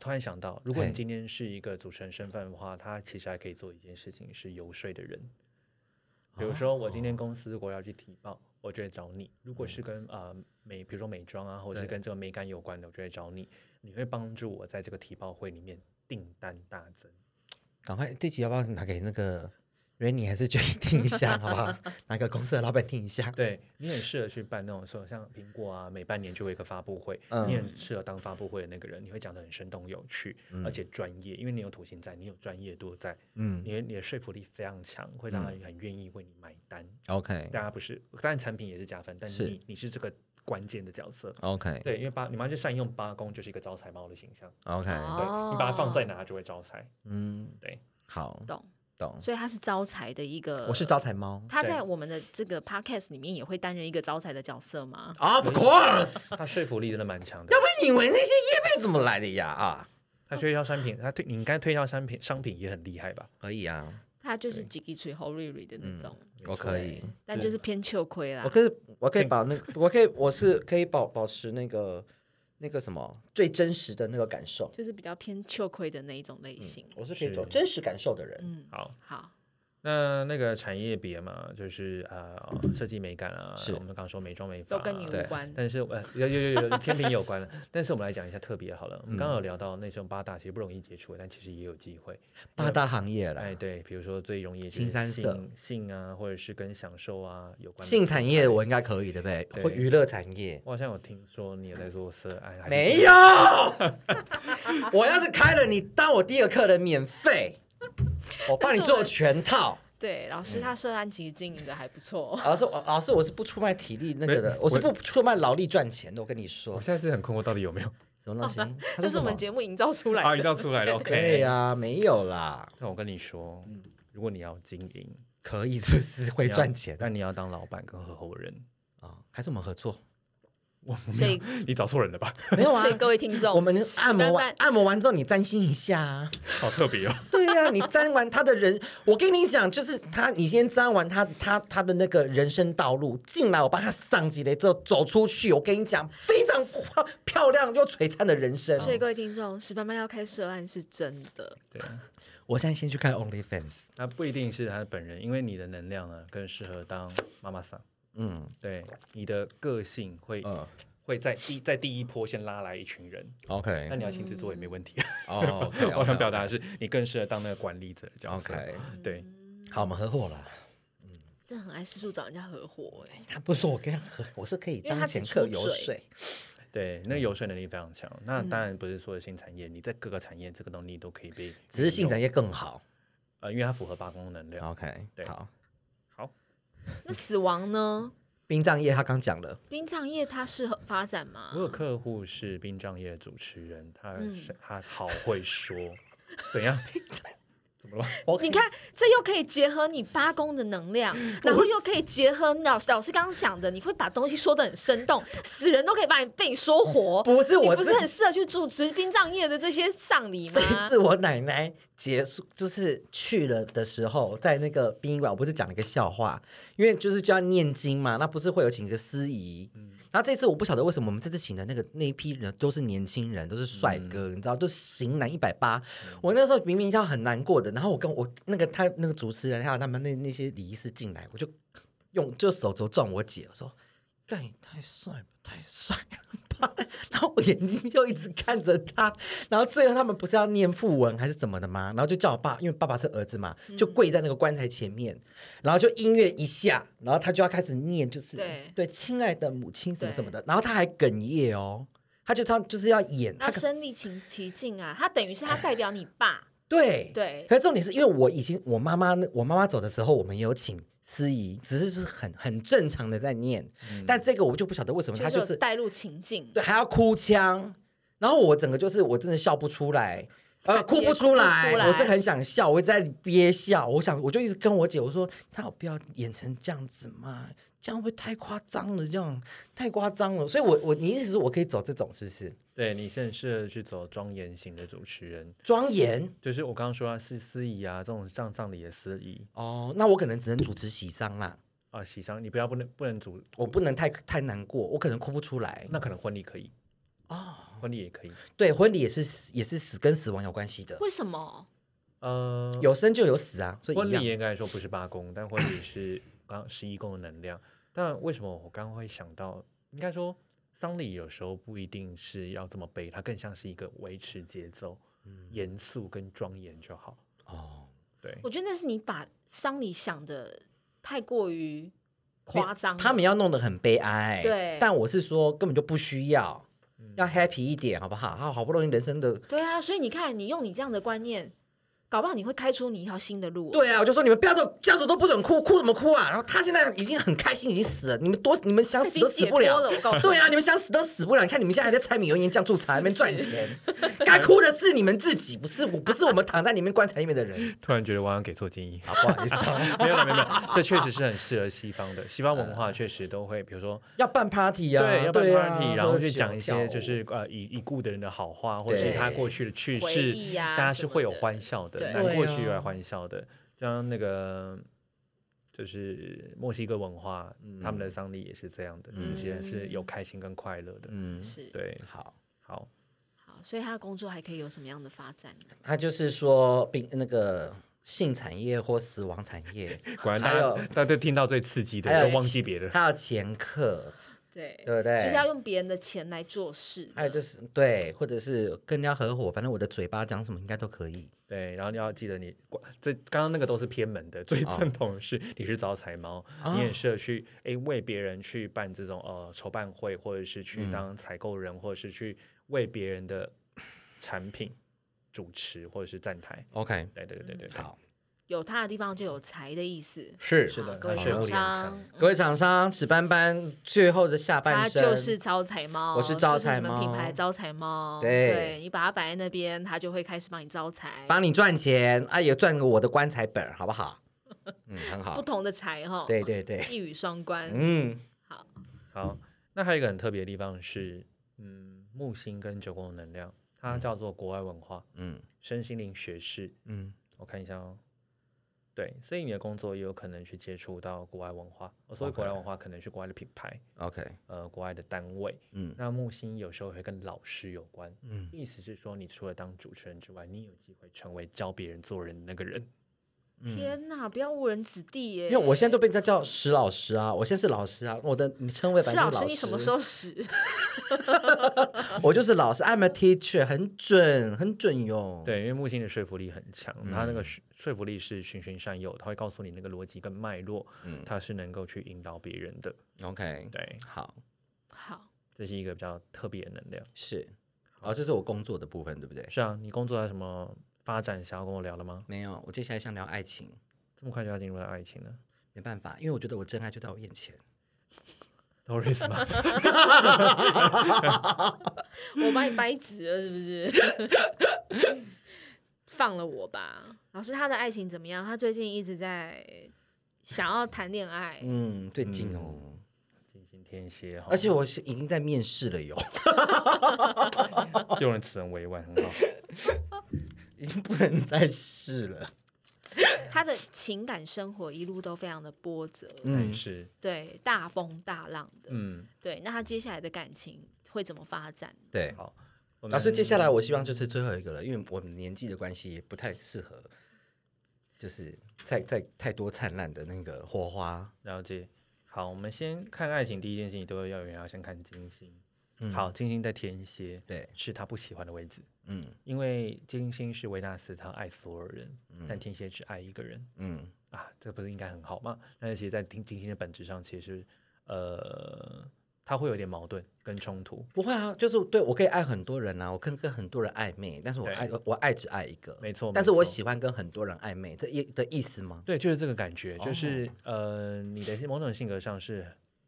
突然想到，如果嘿你今天是一个主持人身份的话，他其实还可以做一件事情，是游说的人。比如说，我今天公司如果要去提报，我就会找你。如果是跟比如说美妆啊，或者是跟这个美感有关的，我就会找你。你会帮助我在这个提报会里面订单大增。 赶快这集要不要拿给那个 Rainy 还是 J 听一下，好不好？拿给公司的老板听一下。 对，你很适合去办那种说像苹果啊，每半年就会有一个发布会，你很适合当发布会的那个人，你会讲得很生动有趣，而且专业，因为你有土星在，你有专业度在，你的说服力非常强，会让他很愿意为你买单。 OK， 大家不是，当然产品也是加分，但是你是这个关键的角色。 OK， 对，因为你们就善用八宫就是一个招财猫的形象。 OK， 对，你把它放在哪就会招财。对， 好， 懂。 所以他是招财的一个， 我是招财猫。 他在我们的这个 podcast 里面也会担任一个招财的角色吗？ Of course， 他说服力真的蛮强的。 要不然你以为那些业配怎么来的呀？啊， 他推销商品，你应该推销商品也很厉害吧？ 可以啊， 他就是几个吹后瑞瑞的那种， 我可以， 但就是偏秋亏啦。 我可以把那我是可以保持那个什么最真实的那个感受， 就是比较偏秋亏的那一种类型。 我是可以走真实感受的人。 好。那个产业别嘛，就是设计美感啊，我们刚说美妆美发都跟你无关。 但是有天平有关的。但是我们来讲一下特别好了。我们刚刚有聊到那种八大其实不容易接触，但其实也有机会。 八大行业啦， 哎，对，比如说最容易新三色性啊，或者是跟享受啊有关的。 性产业我应该可以，对不对？或娱乐产业。 我好像有听说你也在做色爱， 没有。我要是开了，你当我第一个客人免费。我帮你做全套。 对，老师他涉案其实经营的还不错。 老师，我是不出卖体力那个的，我是不出卖劳力赚钱的。我跟你说， 我现在是很困惑，到底有没有什么东西？ 这是我们节目营造出来的。 营造出来的。OK， 对呀，没有啦。 那我跟你说，如果你要经营， 可以是不是会赚钱？ 但你要当老板跟合伙人啊，还是我们合作？ 所以你找错人了吧？ 没有啊， 所以各位听众， 我们按摩完之后，你占星一下啊， 好特别哦。 对呀，你沾完他的人，我跟你讲，就是你先沾完他的那个人生道路进来，我帮他上级雷之后走出去，我跟你讲，非常漂亮又璀璨的人生。 所以各位听众，史班班要开涉案是真的。 对， 我现在先去看 OnlyFans， 那不一定是他本人，因为你的能量呢更适合当妈妈桑。对，你的个性会在第一波先拉来一群人。 OK， 那你要亲自做也没问题。 哦， 我想表达的是，你更适合当那个管理者的角色。 OK， 对， 好，我们合伙了。 这很爱四处找人家合伙哎。 他不说我跟他合，我是可以当前客游说。 对，那个游说能力非常强。那当然不是说的新产业，你在各个产业这个能力都可以被， 只是性产业更好。 因为它符合八宫能量。 OK， 对， 好。 那死亡呢？ 殡葬业他刚讲了， 殡葬业它适合发展吗？ 我有客户是殡葬业的主持人，他好会说，怎样？怎么了？ 你看，这又可以结合你八宫的能量，然后又可以结合老师刚刚讲的，你会把东西说得很生动，死人都可以被你说活。 不是我， 你不是很适合去主持殡葬业的这些丧礼吗？ 这一次我奶奶结束就是去了的时候，在那个殡仪馆，我不是讲了一个笑话，因为就要念经嘛，那不是会有请一个司仪。然后这次我不晓得为什么我们这次请的那一批人都是年轻人，都是帅哥，你知道，都是型男180。我那时候明明要很难过的，然后我跟我他那个主持人还有他们那些礼仪师进来，我就手肘撞我姐，我说：“干你太帅了，太帅了！”然后我眼睛就一直看着他，然后最后他们不是要念讣文还是什么的吗？然后就叫我爸，因为爸爸是儿子嘛，就跪在那个棺材前面，然后就音乐一下，然后他就要开始念，就是对亲爱的母亲什么什么的，然后他还哽咽哦，他就是要演， 他身临其境啊，他等于是他代表你爸。 对，可是重点是因为我妈妈走的时候，我们也有请司仪，只是很正常的在念，但这个我就不晓得为什么他就是带入情境， 对，还要哭腔，然后我整个就是我真的笑不出来，哭不出来，我是很想笑，我在憋笑，我就一直跟我姐我说，他有必要演成这样子吗？这样会太夸张了，这样太夸张了，所以你意思是我可以走这种是不是？ 对，你是很适合去走庄严型的主持人。 庄严就是我刚刚说是司仪啊，这种葬礼的司仪。 哦，那我可能只能主持喜丧啦。 喜丧你不能主， 我不能太难过，我可能哭不出来。 那可能婚礼可以。 哦， 婚礼也可以。 对，婚礼也是跟死亡有关系的， 为什么？ 有生就有死啊，所以婚一样。 礼应该说不是8宫，但婚礼是11宫的能量。但为什么我刚刚会想到，应该说丧礼有时候不一定是要这么悲，它更像是一个维持节奏、严肃跟庄严就好。 哦， 对， 我觉得那是你把丧礼想的太过于夸张了， 他们要弄得很悲哀， 对但我是说根本就不需要，要 happy 一点，好不好？好不容易人生的。 对啊，所以你看，你用你这样的观念，搞不好你会开出你一条新的路、 对啊，我就说你们不要家属都不准哭，哭什么哭啊？然后他现在已经很开心，已经死了，你们想死都死不了。 已经解脱了我告诉你对啊，你们想死都死不了。你看你们现在还在柴米油盐酱醋茶里面赚钱，该哭的是你们自己，不是我们躺在里面棺材里面的人。 突然觉得我好像给错建议。 好，不好意思， 没有了，没有了，这确实是很适合西方的。西方文化确实都会，比如说要办 party 啊， 对，要办对啊 party，然后喝酒去讲一跳舞些就是已故的人的好话，或者是对他过去的去回世， 忆啊大家是会有什么的欢笑的， 对难过对啊去有来欢笑的。像那个就是墨西哥文化，他们的丧礼也是这样的，有些人是有开心跟快乐的。 是对， 好。 好， 好，所以他的工作还可以有什么样的发展呢？ 他就是说，那个性产业或死亡产业， 果然还有大家听到最刺激的还有都忘记别的。 还有前客， 对， 对不对？ 就是要用别人的钱来做事的。 还有就是对，或者是跟人家合伙，反正我的嘴巴讲什么应该都可以。 对，然后你要记得你，这刚刚那个都是偏门的，最正统的是你是招财猫，你也适合去为别人去办这种筹办会，或者是去当采购人，或者是去为别人的产品主持或者是站台。 OK， 对对对对对， 好， 有他的地方就有财的意思。 是是的好各位他说服厂商力很强， 各位厂商，史斑斑最后的下半他生就是招财猫， 我是招财猫就是你们品牌招财猫。 对你把它摆在那边，他就会开始帮你招财， 帮你赚钱，啊，也赚个我的棺材本儿，好不好？很好。 不同的财哈， 对对对， 一语双关。 好， 好，那还有一个很特别的地方是，木星跟9宫的能量，它叫做国外文化，身心灵学士。我看一下哦。对，所以你的工作也有可能去接触到国外文化。所谓国外文化，可能是国外的品牌， OK， 国外的单位。那木星有时候会跟老师有关。意思是说，你除了当主持人之外，你有机会成为教别人做人的那个人。 天哪，不要误人子弟耶！ 因为我现在都被人家叫史老师啊，我现在是老师啊，我的称谓反正就是施老师，你什么时候死？ 我就是老师 ，I'm a teacher，很准哟。 对，因为木星的说服力很强，它那个说服力是循循善诱，它会告诉你那个逻辑跟脉络，它是能够去引导别人的。 ，OK， 对， 好， 好， 这是一个比较特别的能量。 是，这是我工作的部分，对不对？ 是啊，你工作有什么发展想要跟我聊的吗？ 没有，我接下来想聊爱情， 这么快就要进入到爱情了没办法，因为我觉得我真爱就在我眼前。 ？Doris 吗？ 我把你掰直了是不是？放了我吧，老师，他的爱情怎么样？他最近一直在想要谈恋爱， 最近哦， 金星天蝎， 而且我是已经在面试了哟， 用的词很委婉，很好。 已经不能再试了。 他的情感生活一路都非常的波折， 是， 对，大风大浪的， 嗯， 对。那他接下来的感情会怎么发展？ 对， 好。 老师，接下来我希望就是最后一个了，因为我们年纪的关系，也不太适合，就是在太多灿烂的那个火花。 了解。好，我们先看爱情，第一件事情都要有人要先看金星。好，金星在天蝎， 对， 是他不喜欢的位置。因为金星是维纳斯，他爱所有人，但天蝎只爱一个人。这不是应该很好吗？但是其实，在金星的本质上，其实他会有点矛盾跟冲突。 不会啊，就是对我可以爱很多人啊，我跟很多人暧昧，但是我爱只爱一个， 没错。 但是我喜欢跟很多人暧昧，这的意思吗？ 对，就是这个感觉，就是你的某种性格上是。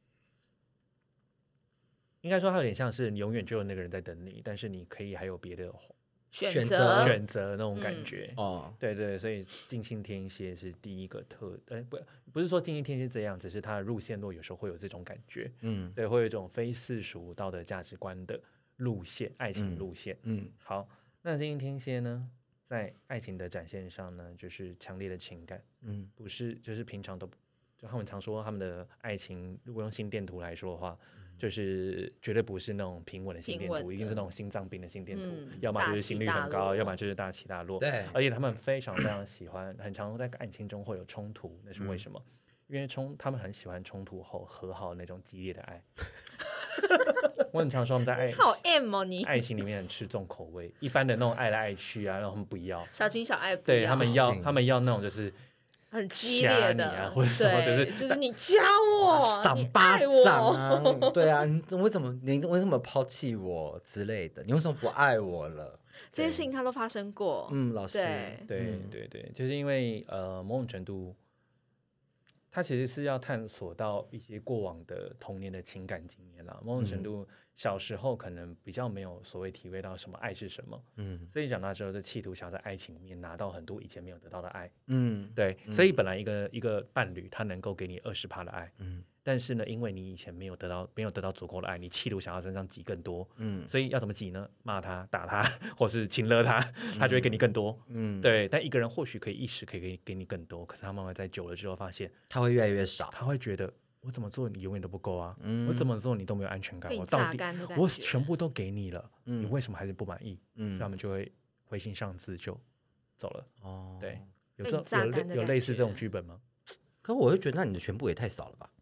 应该说，它有点像是你永远就有那个人在等你，但是你可以还有别的选选择选择那种感觉。对对，所以金星天蝎是第一个不是说金星天蝎这样，只是它的路线路有时候会有这种感觉。对，会有一种非世俗道德价值观的路线，爱情路线。好，那金星天蝎呢，在爱情的展现上呢，就是强烈的情感。不是就是平常都。就他们常说他们的爱情，如果用心电图来说的话， 就是绝对不是那种平稳的心电图， 平稳的一定是那种心脏病的心电图， 嗯要么就是心率很高， 大起大落要么就是大起大落。 对而且他们非常非常喜欢，很常在感情中会有冲突，那是为什么？因为他们很喜欢冲突后和好的那种激烈的爱。我很常说他们在好 M 哦你， 爱情里面很吃重口味，一般的那种爱来爱去啊，然后他们不要， 小情小爱不对要行他们要那种就是很激掐烈的你啊或者什么对就是你掐我，你赏巴爱我掌啊！对啊，你为什么抛弃我之类的？你为什么不爱我了？ 这些事情他都发生过。 老师， 对， 对，就是因为某种程度，他其实是要探索到一些过往的童年的情感经验啦。某种程度，小时候可能比较没有所谓体会到什么爱是什么，所以长大之后就企图想要在爱情里面拿到很多以前没有得到的爱，对，所以本来一个伴侣他能够给你20%的爱，但是呢，因为你以前没有得到足够的爱，你企图想要身上挤更多，所以要怎么挤呢？骂他、打他，或是亲了他，他就会给你更多，对。但一个人或许可以一时可以给你更多，可是他慢慢在久了之后发现， 他会越来越少。 他会觉得我怎么做你永远都不够啊，我怎么做你都没有安全感， 被我到底榨干的感我觉全部都给你了，你为什么还是不满意？所以他们就会灰心丧志就走了。 哦， 对，有被这榨干的感有类似这种觉剧本吗？ 可我会觉得，那你的全部也太少了吧？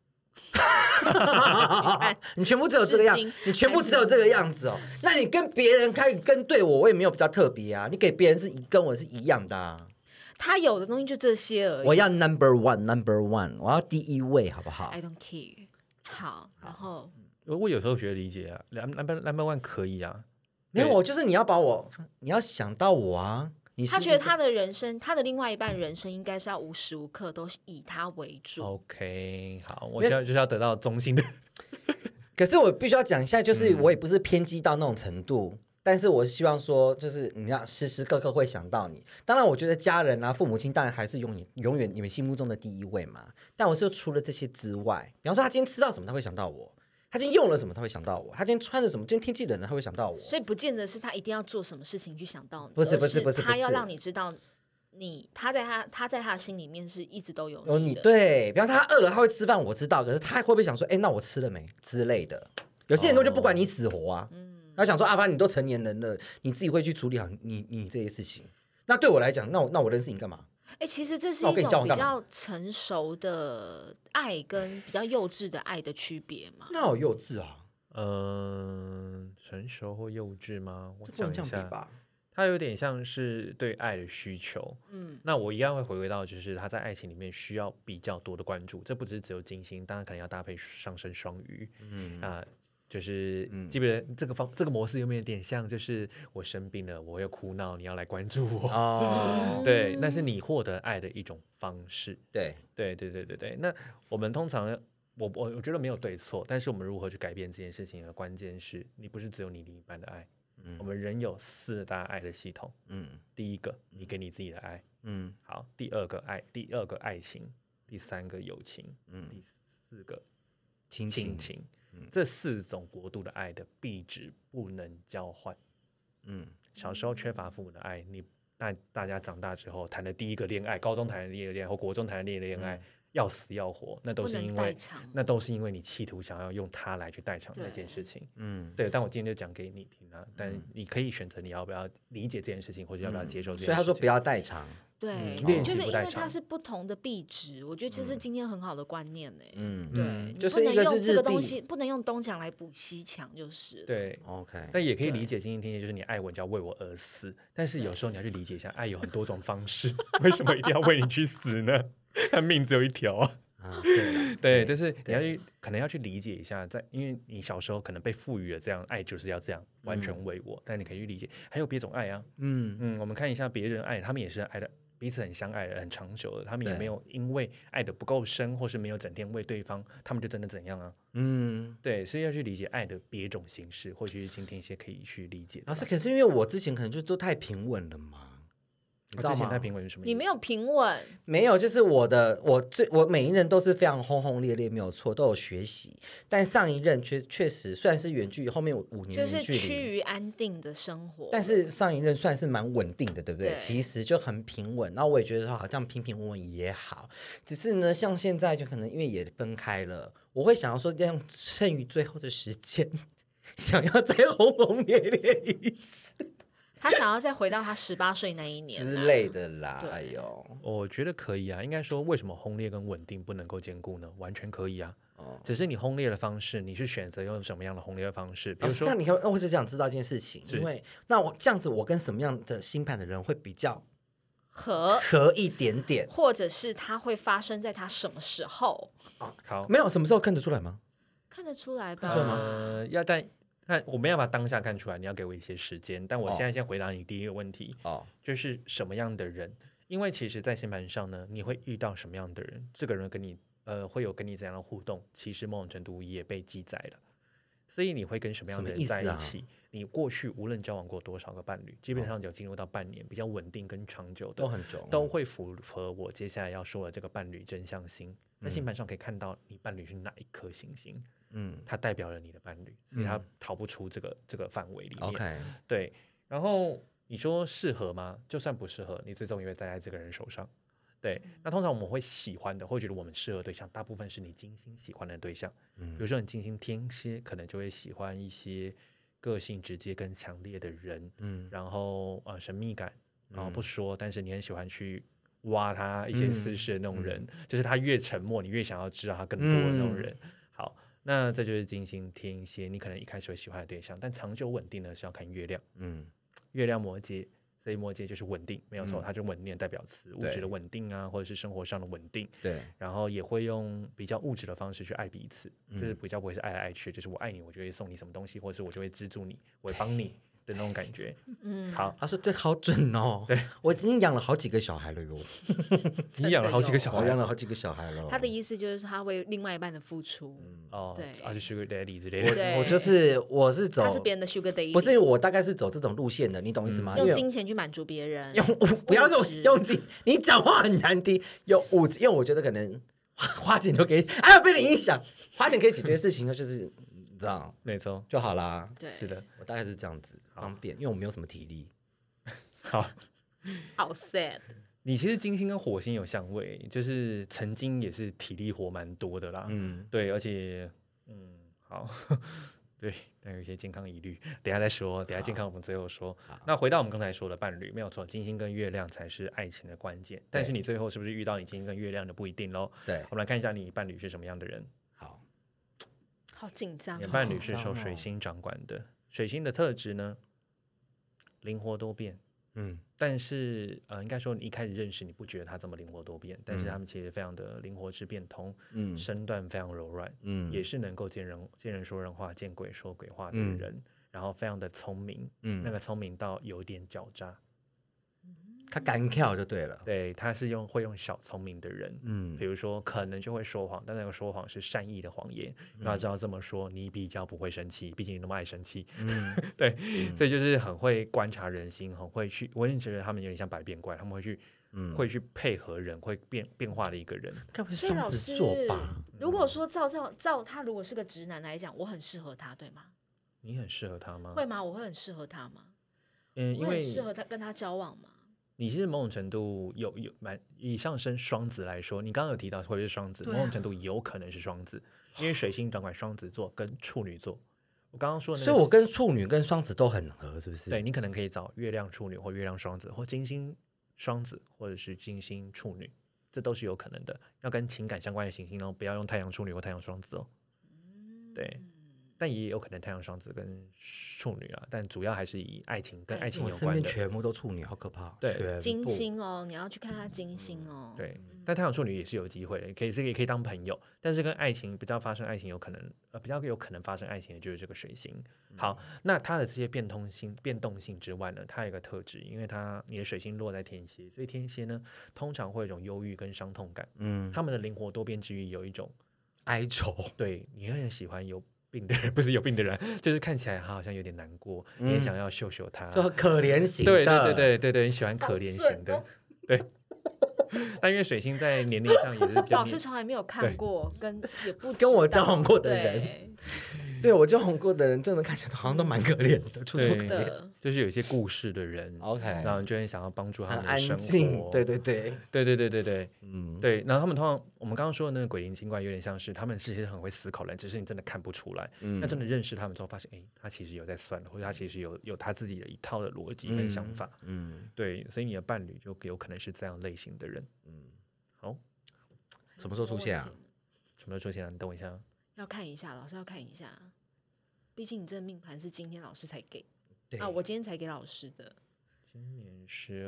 你全部只有这个样至今， 你全部只有这个样子哦。那你跟别人开始跟对我，我也没有比较特别啊。你给别人跟我是一样的啊。 他有的东西就这些而已。 我要 number one，我要第一位，好不好？ I don't care。好，然后我有时候觉得理解啊，number one 可以啊， 没有，我就是你要想到我啊。你他觉得他的人生，他的另外一半人生应该是要无时无刻都以他为主。 OK， 好，我现在就是要得到中性的。 可是我必须要讲一下，就是我也不是偏激到那种程度，但是我希望说，就是你要时时刻刻会想到你。当然，我觉得家人啊、父母亲当然还是永远你们心目中的第一位嘛。但我是除了这些之外，比方说他今天吃到什么，他会想到我；他今天用了什么，他会想到我；他今天穿了什么，今天天气冷了，他会想到我。 所以不见得是他一定要做什么事情去想到你， 不是而他要让你知道他在他的心里面是一直都有有你的。 对，比方他饿了，他会吃饭，我知道，可是他会不会想说，那我吃了没之类的？有些人就不管你死活啊，他想说反正你都成年人了，你自己会去处理好你这些事情。那对我来讲，那我认识你干嘛？ 其实这是那我一跟你交往干嘛种比较成熟的爱跟比较幼稚的爱的区别嘛。 那好幼稚啊， 成熟或幼稚吗？我这不能这想一下， 样比吧？ 它有点像是对爱的需求。那我一样会回归到，就是他在爱情里面需要比较多的关注，这不只有金星，当然可能要搭配上升双鱼。就是基本上这个模式有没有点像，就是我生病了，我会哭闹，你要来关注我。 哦， 对，那是你获得爱的一种方式。 对， 对。那我们通常，我觉得没有对错，但是我们如何去改变这件事情的关键是，你不是只有你另一半的爱。我们人有4大爱的系统。第一个，你给你自己的爱。好，第二个爱情，第3个友情，第4个亲情。这4种国度的爱的币值不能交换。小时候缺乏父母的爱，大家长大之后谈的第一个恋爱，高中谈的第一个恋爱或国中谈的第一个恋爱，要死要活，那都是因为你企图想要用它来去代偿那件事情。对。但我今天就讲给你听啊，但你可以选择你要不要理解这件事情，或者要不要接受这件事情。 所以他说不要代偿。 对， 练习就是因不代偿为它是不同的币值，我觉得这是今天很好的观念呢。 对， 你就是一个是不能用这个日币东西，不能用东墙来补西墙，就是对。 OK， 但也可以理解今天听见就是你爱我，你就要为我而死。但是有时候你要去理解一下，爱有很多种方式，为什么一定要为你去死呢？他命只有一条啊。对，就是你可能要去理解一下，因为你小时候可能被赋予了这样爱就是要这样完全为我，但你可以去理解还有别种爱啊。我们看一下别人爱，他们也是爱的，彼此很相爱的，很长久的，他们也没有因为爱的不够深，或是没有整天为对方，他们就真的怎样啊？对，所以要去理解爱的别种形式，或许是今天一些可以去理解的。 老师，可是因为我之前可能就都太平稳了嘛， 你知道吗之前太？平稳是什么意思？ 你没有平稳， 没有，就是我每一任都是非常轰轰烈烈，没有错，都有学习。但上一任确实虽然是远距离，后面5年就是远距离， 趋于安定的生活。 但是上一任算是蛮稳定的，对不对？ 对其实就很平稳。然后我也觉得说好像平平稳稳也好，只是呢，像现在就可能因为也分开了，我会想要说，这样剩余最后的时间，想要再轰轰烈烈一次他想要再回到他18岁那一年之类的啦。 对哎呦， 我觉得可以啊，应该说为什么轰烈跟稳定不能够兼顾呢？完全可以啊， 哦只是你轰烈的方式，你是选择用什么样的轰烈的方式？比老师， 如说， 那你看，我只想知道一件事情， 是因为那我这样子，我跟什么样的星盘的人会比较和合一点点？ 或者是它会发生在他什么时候， 好， 没有什么时候看得出来吗？ 看得出来吧？ 看得出来吗但我没办法当下看出来，你要给我一些时间。但我现在先回答你第一个问题， 哦， 就是什么样的人？因为其实，在星盘上呢，你会遇到什么样的人，这个人跟你会有跟你怎样的互动，其实某种程度也被记载了。所以你会跟什么样的人在一起？你过去无论交往过多少个伴侣，基本上有进入到半年比较稳定跟长久的， 都很久， 都会符合我接下来要说的这个伴侣真相星。在星盘上可以看到你伴侣是哪一颗行星，它代表了你的伴侣，所以它逃不出这个范围里面。 OK， 对，然后你说适合吗？就算不适合，你最终也会待在这个人手上。对，那通常我们会喜欢的，会觉得我们适合对象，大部分是你金星喜欢的对象。比如说你金星天蝎，可能就会喜欢一些个性直接跟强烈的人，然后神秘感，然后不说，但是你很喜欢去挖他一些私事的那种人，就是他越沉默，你越想要知道他更多的那种人。好，那这就是金星天蝎，你可能一开始会喜欢的对象，但长久稳定呢是要看月亮，月亮摩羯。所以摩羯就是稳定，没有错，它就稳定的代表词，物质的稳定啊，或者是生活上的稳定。 对， 然后也会用比较物质的方式去爱彼此，就是比较不会是爱来爱去，就是我爱你，我就会送你什么东西，或者是我就会资助你，我会帮你的那种感觉。好， 老师这好准哦。对，我已经养了好几个小孩了哟， 你养了好几个小我孩， 养了好几个小孩了。 他的意思就是说他为另外一半的付出， 哦， 对就 Sugar Daddy 之类的。 对我是走， 他是别人的 Sugar Daddy， 不是我大概是走这种路线的，你懂意思吗？因用为金钱去满足别人， 不要用物质用金，你讲话很难听，用物质，因为我觉得可能花钱就可以，哎呀被你影响，花钱可以解决的事情呢，就是你知道没错， 就好啦。 对， 是的， 我大概是这样子，方便，因为我没有什么体力。 好。 好 sad， 你其实金星跟火星有相位，就是曾经也是体力活蛮多的啦。对，而且好，对，但有一些健康疑虑，等一下再说。等一下健康我们最后说。那回到我们刚才说的伴侣，没有错，金星跟月亮才是爱情的关键。但是你最后是不是遇到你金星跟月亮的不一定喽？ 对， 我们来看一下你伴侣是什么样的人。 好， 好紧张你的哦， 伴侣是受水星掌管的，水星的特质呢，灵活多变。但是应该说你一开始认识，你不觉得他这么灵活多变，但是他们其实非常的灵活之变通，身段非常柔软，也是能够见人说人话，见鬼说鬼话的人，然后非常的聪明，那个聪明到有点狡诈， 他敢跳就对了。 对，他是会用小聪明的人，比如说可能就会说谎，但那个说谎是善意的谎言，要知道这么说你比较不会生气，毕竟你那么爱生气，对，所以就是很会观察人心，很会去，我也觉得他们有点像百变怪，他们会去配合人，会变化的一个人。 该不是所以老双子师座吧？ 如果说照他如果是个直男来讲，我很适合他，对吗？ 你很适合他吗？ 会吗？我会很适合他吗？ 因为我很适合他跟他交往吗？ 你是某种程度以上升双子来说，你刚刚有提到会不会是双子，某种程度有可能是双子，因为水星掌管双子座跟处女座。我刚刚说的那个， 所以我跟处女跟双子都很合，是不是？ 对，你可能可以找月亮处女或月亮双子或金星双子或者是金星处女，这都是有可能的。要跟情感相关的行星哦，不要用太阳处女或太阳双子哦。对。但也有可能太阳双子跟处女啊，但主要还是以爱情跟爱情我有关的。 身边全部都处女，好可怕。 对， 金星哦，你要去看他金星哦。 对，但太阳处女也是有机会的，也可以当朋友，但是跟爱情比较发生爱情比较有可能发生爱情的就是这个水星。好，那它的这些变动性之外呢，它有一个特质，因为你的水星落在天蝎，所以天蝎呢通常会有一种忧郁跟伤痛感。他们的灵活多变之余有一种哀愁。 对，你会很喜欢有病的人，不是有病的人，就是看起来他好像有点难过，你也想要秀秀他， 就可怜型的， 对，你喜欢可怜型的，对。但因为水星在年龄上也是比较老师从来没有看过，也不跟我交往过的人， 对对我交往过的人，真的看起来好像都蛮可怜的，楚楚可怜。 的， 就是有一些故事的人 OK 然后你就会想要帮助他很安们的生静， 活， 对， 对，然后他们通常我们刚刚说的那个鬼灵精怪，有点像是他们其实很会思考的人，只是你真的看不出来。那真的认识他们之后，发现他其实有在算，或者他其实有他自己的一套的逻辑跟想法。对，所以你的伴侣就有可能是这样类型的人。好， 什么时候出现啊？ 什么时候出现啊？你等我一下。 要看一下，老师要看一下，毕竟你这个命盘是今天老师才给对啊，我今天才给老师的。 今年是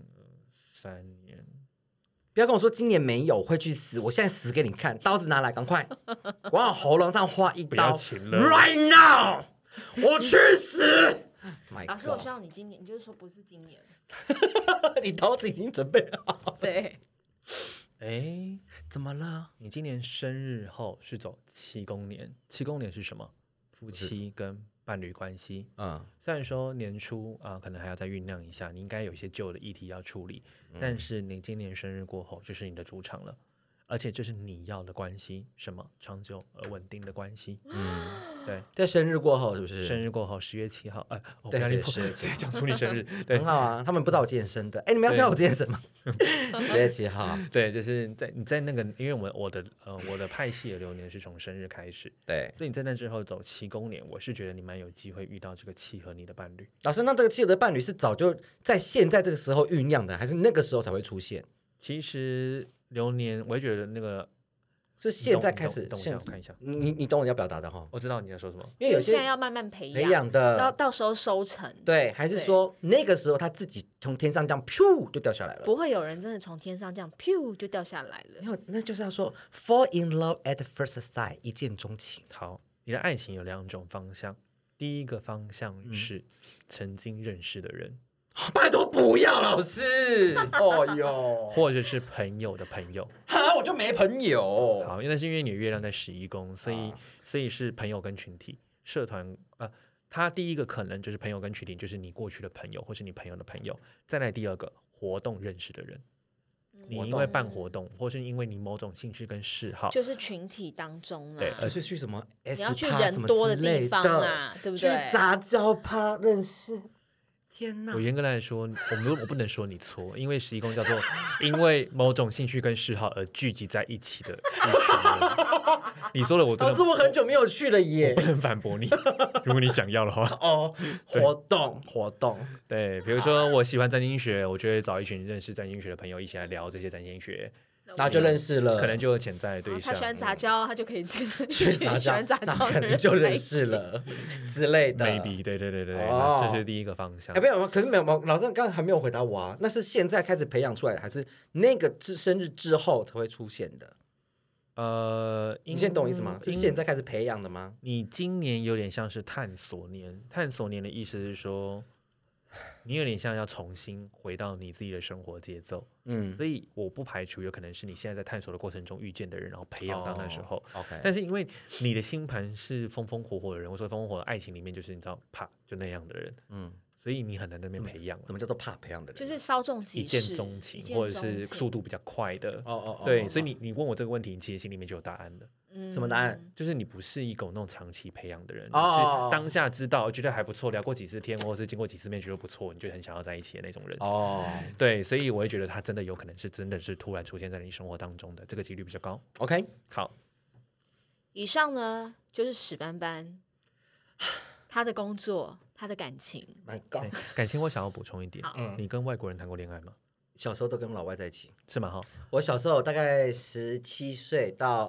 2023年， 不要跟我说今年没有，会去死！我现在死给你看，刀子拿来，赶快，我往喉咙上划一不刀要停了 ，right now，我去死！ 老师，我希望你今年，你就是说不是今年， 你刀子已经准备好。 对， 怎么了？ 你今年生日后是走7宫年，7宫年是什么？夫妻跟伴侣关系。虽然说年初可能还要再酝酿一下，你应该有一些旧的议题要处理，但是你今年生日过后就是你的主场了，而且这是你要的关系，什么长久而稳定的关系。对， 在生日过后是不是？ 生日过后10月7号，我不对要你 10月7号讲出你生日，对很好啊，他们不知道我几点生的。哎，你们要看我几点生吗？10月7号。 对，就是你在那个，因为我的派系的流年是从生日开始， 对， 所以你在那之后走7宫年，我是觉得你蛮有机会遇到这个契合你的伴侣。 老师，那这个契合的伴侣是早就在现在这个时候酝酿的，还是那个时候才会出现？ 其实流年，我也觉得那个是现在开始？ 等我一下，我看一下。 你懂我要表达的哈？ 我知道你在说什么。 因为有些现在要慢慢培养的， 到时候收成。 对，还是说那个时候他自己从天上这样噗就掉下来了？ 不会有人真的从天上这样噗就掉下来了。 没有，那就是要说 fall in love at first sight， 一见钟情。 好，你的爱情有2种方向，第一个方向是曾经认识的人， 拜托不要，老师。哦哟， 或者是朋友的朋友。 哈，我就没朋友。 好，那是因为你的月亮在11宫，所以是朋友跟群体、社团他第一个可能就是朋友跟群体，就是你过去的朋友或是你朋友的朋友。再来第二个，活动认识的人，你因为办活动，或是因为你某种兴趣跟嗜好， 就是群体当中对， 就是去什么 S 你要去趴人多的什么之类地方啊，对不去对？ 杂交趴认识。天哪我！严格来说，我不能说你错，因为11宫叫做因为某种兴趣跟嗜好而聚集在一起的一群人。你说了，我老师，我很久没有去了耶不。能反驳你，如果你想要的话。 哦，活动， 对，比如说我喜欢占星学，我就会找一群认识占星学的朋友一起来聊这些占星学， 然后就认识了， 可能就有潜在的对象。 他喜欢杂交，他就可以跟去杂交， 喜欢杂那交的人可能就认在一起。 识了之类的。 maybe 对， 哦那这是第一个方向哎，。没有，可是没有，老师刚刚还没有回答我啊。那是现在开始培养出来的，还是那个生日之后才会出现的？你现在懂我意思吗？是现在开始培养的吗？ 你今年有点像是探索年，探索年的意思是说，你有点像要重新回到你自己的生活节奏。所以我不排除有可能是你现在在探索的过程中遇见的人，然后培养到那时候。 OK， 但是因为你的星盘是风风火火的人，我说风风火火的爱情里面就是你知道啪就那样的人，所以你很难在那边培养。 什么叫做怕培养的人？ 就是稍纵即逝， 一见钟情，或者是速度比较快的。对，所以你问我这个问题，你其实心里面就有答案了。 什么答案？ 就是你不是一个那种长期培养的人，你哦是当下知道觉得还不错，聊过几次天，或者是经过几次面觉得不错，你就很想要在一起的那种人。对，所以我会觉得他真的有可能是真的是突然出现在你生活当中的，这个几率比较高。 OK， 好， 以上呢就是史斑斑他的工作，他的感情。 My God， 感情我想要补充一点， 好你跟外国人谈过恋爱吗？ 小时候都跟老外在一起。 是吗？哈， 我小时候大概17岁到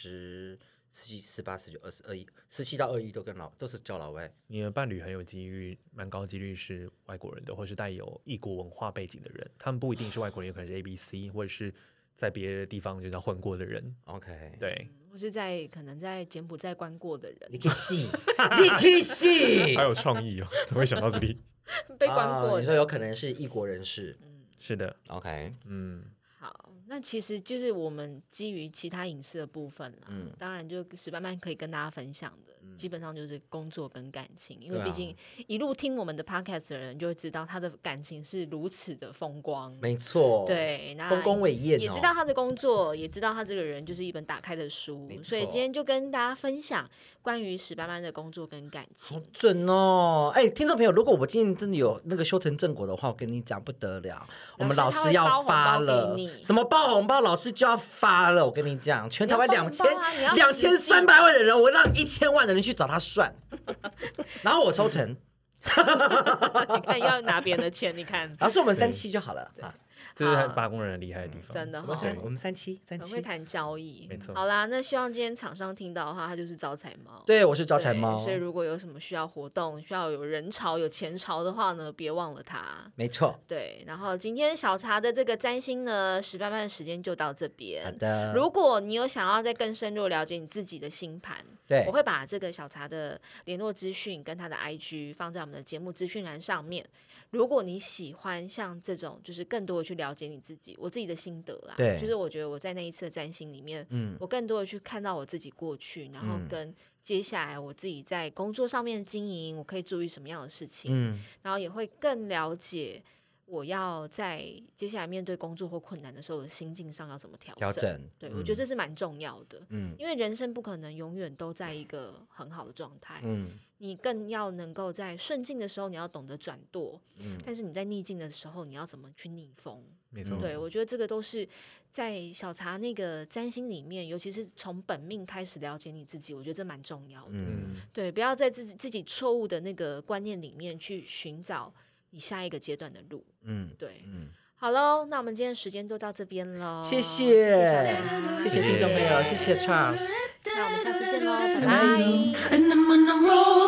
20、17、18、19、20、21、17到21都是叫老外。 你的伴侣很有几率，蛮高几率是外国人的，或是带有异国文化背景的人。他们不一定是外国人，有可能是 ABC， 或者是在别的地方就是混过的人。 OK， 对， 或是可能在柬埔寨关过的人， 你可以细，你可以细还。有创意哦，怎么会想到这里？ 被关过的。 你说有可能是异国人士。 是的， OK， 好，那其实就是我们基于其他影视的部分啦，当然就史斑斑可以跟大家分享的， 基本上就是工作跟感情，因对啊为毕竟一路听我们的 podcast 的人就会知道他的感情是如此的风光。 没错，， 对，那丰功伟业、哦， 也知道他的工作，也知道他这个人就是一本打开的书没，错所以今天就跟大家分享关于史班班的工作跟感好情。 准哦！哎，听众朋友，如果我今天真的有那个修成正果的话，我跟你讲不得了，我们老师要发了，什么包红包，老师就要发了。我跟你讲，全台湾你要包红包啊你要 2300万的人，我让1000万的人去找他算，然后我抽成。 你看要拿别人的钱，你看老师，我们37就好了啊。 这是打工人很厉害的地方， 真的哈、 我们37 很会谈交易， 没错好啦，那希望今天厂商听到的话，他就是招财猫。 对，我是招财猫对，所以如果有什么需要活动，需要有人潮、有钱潮的话呢，别忘了他。 没错。 对，然后今天小茶的这个占星呢，史班班的时间就到这边。 好的， 如果你有想要再更深入了解你自己的星盘， 对我会把这个小茶的联络资讯跟他的 IG 放在我们的节目资讯栏上面。如果你喜欢像这种，就是更多的去了解你自己，我自己的心得啦， 对就是我觉得我在那一次的占星里面，我更多的去看到我自己过去，然后跟接下来我自己在工作上面经营，我可以注意什么样的事情，然后也会更了解我要在接下来面对工作或困难的时候，我的心境上要怎么调整。对，我觉得这是蛮重要的。因为人生不可能永远都在一个很好的状态。你更要能够在顺境的时候，你要懂得转舵。但是你在逆境的时候，你要怎么去逆风？ 没错， 对，我觉得这个都是在小茶那个占星里面，尤其是从本命开始了解你自己，我觉得这蛮重要的。对，不要在自己错误的那个观念里面去寻找你下一个阶段的路。对，好喽，那我们今天时间都到这边喽， 谢谢谢小茶， 谢谢听众朋友，谢谢 Charles。 那我们下次见喽，拜拜拜。 And I'm on a roll.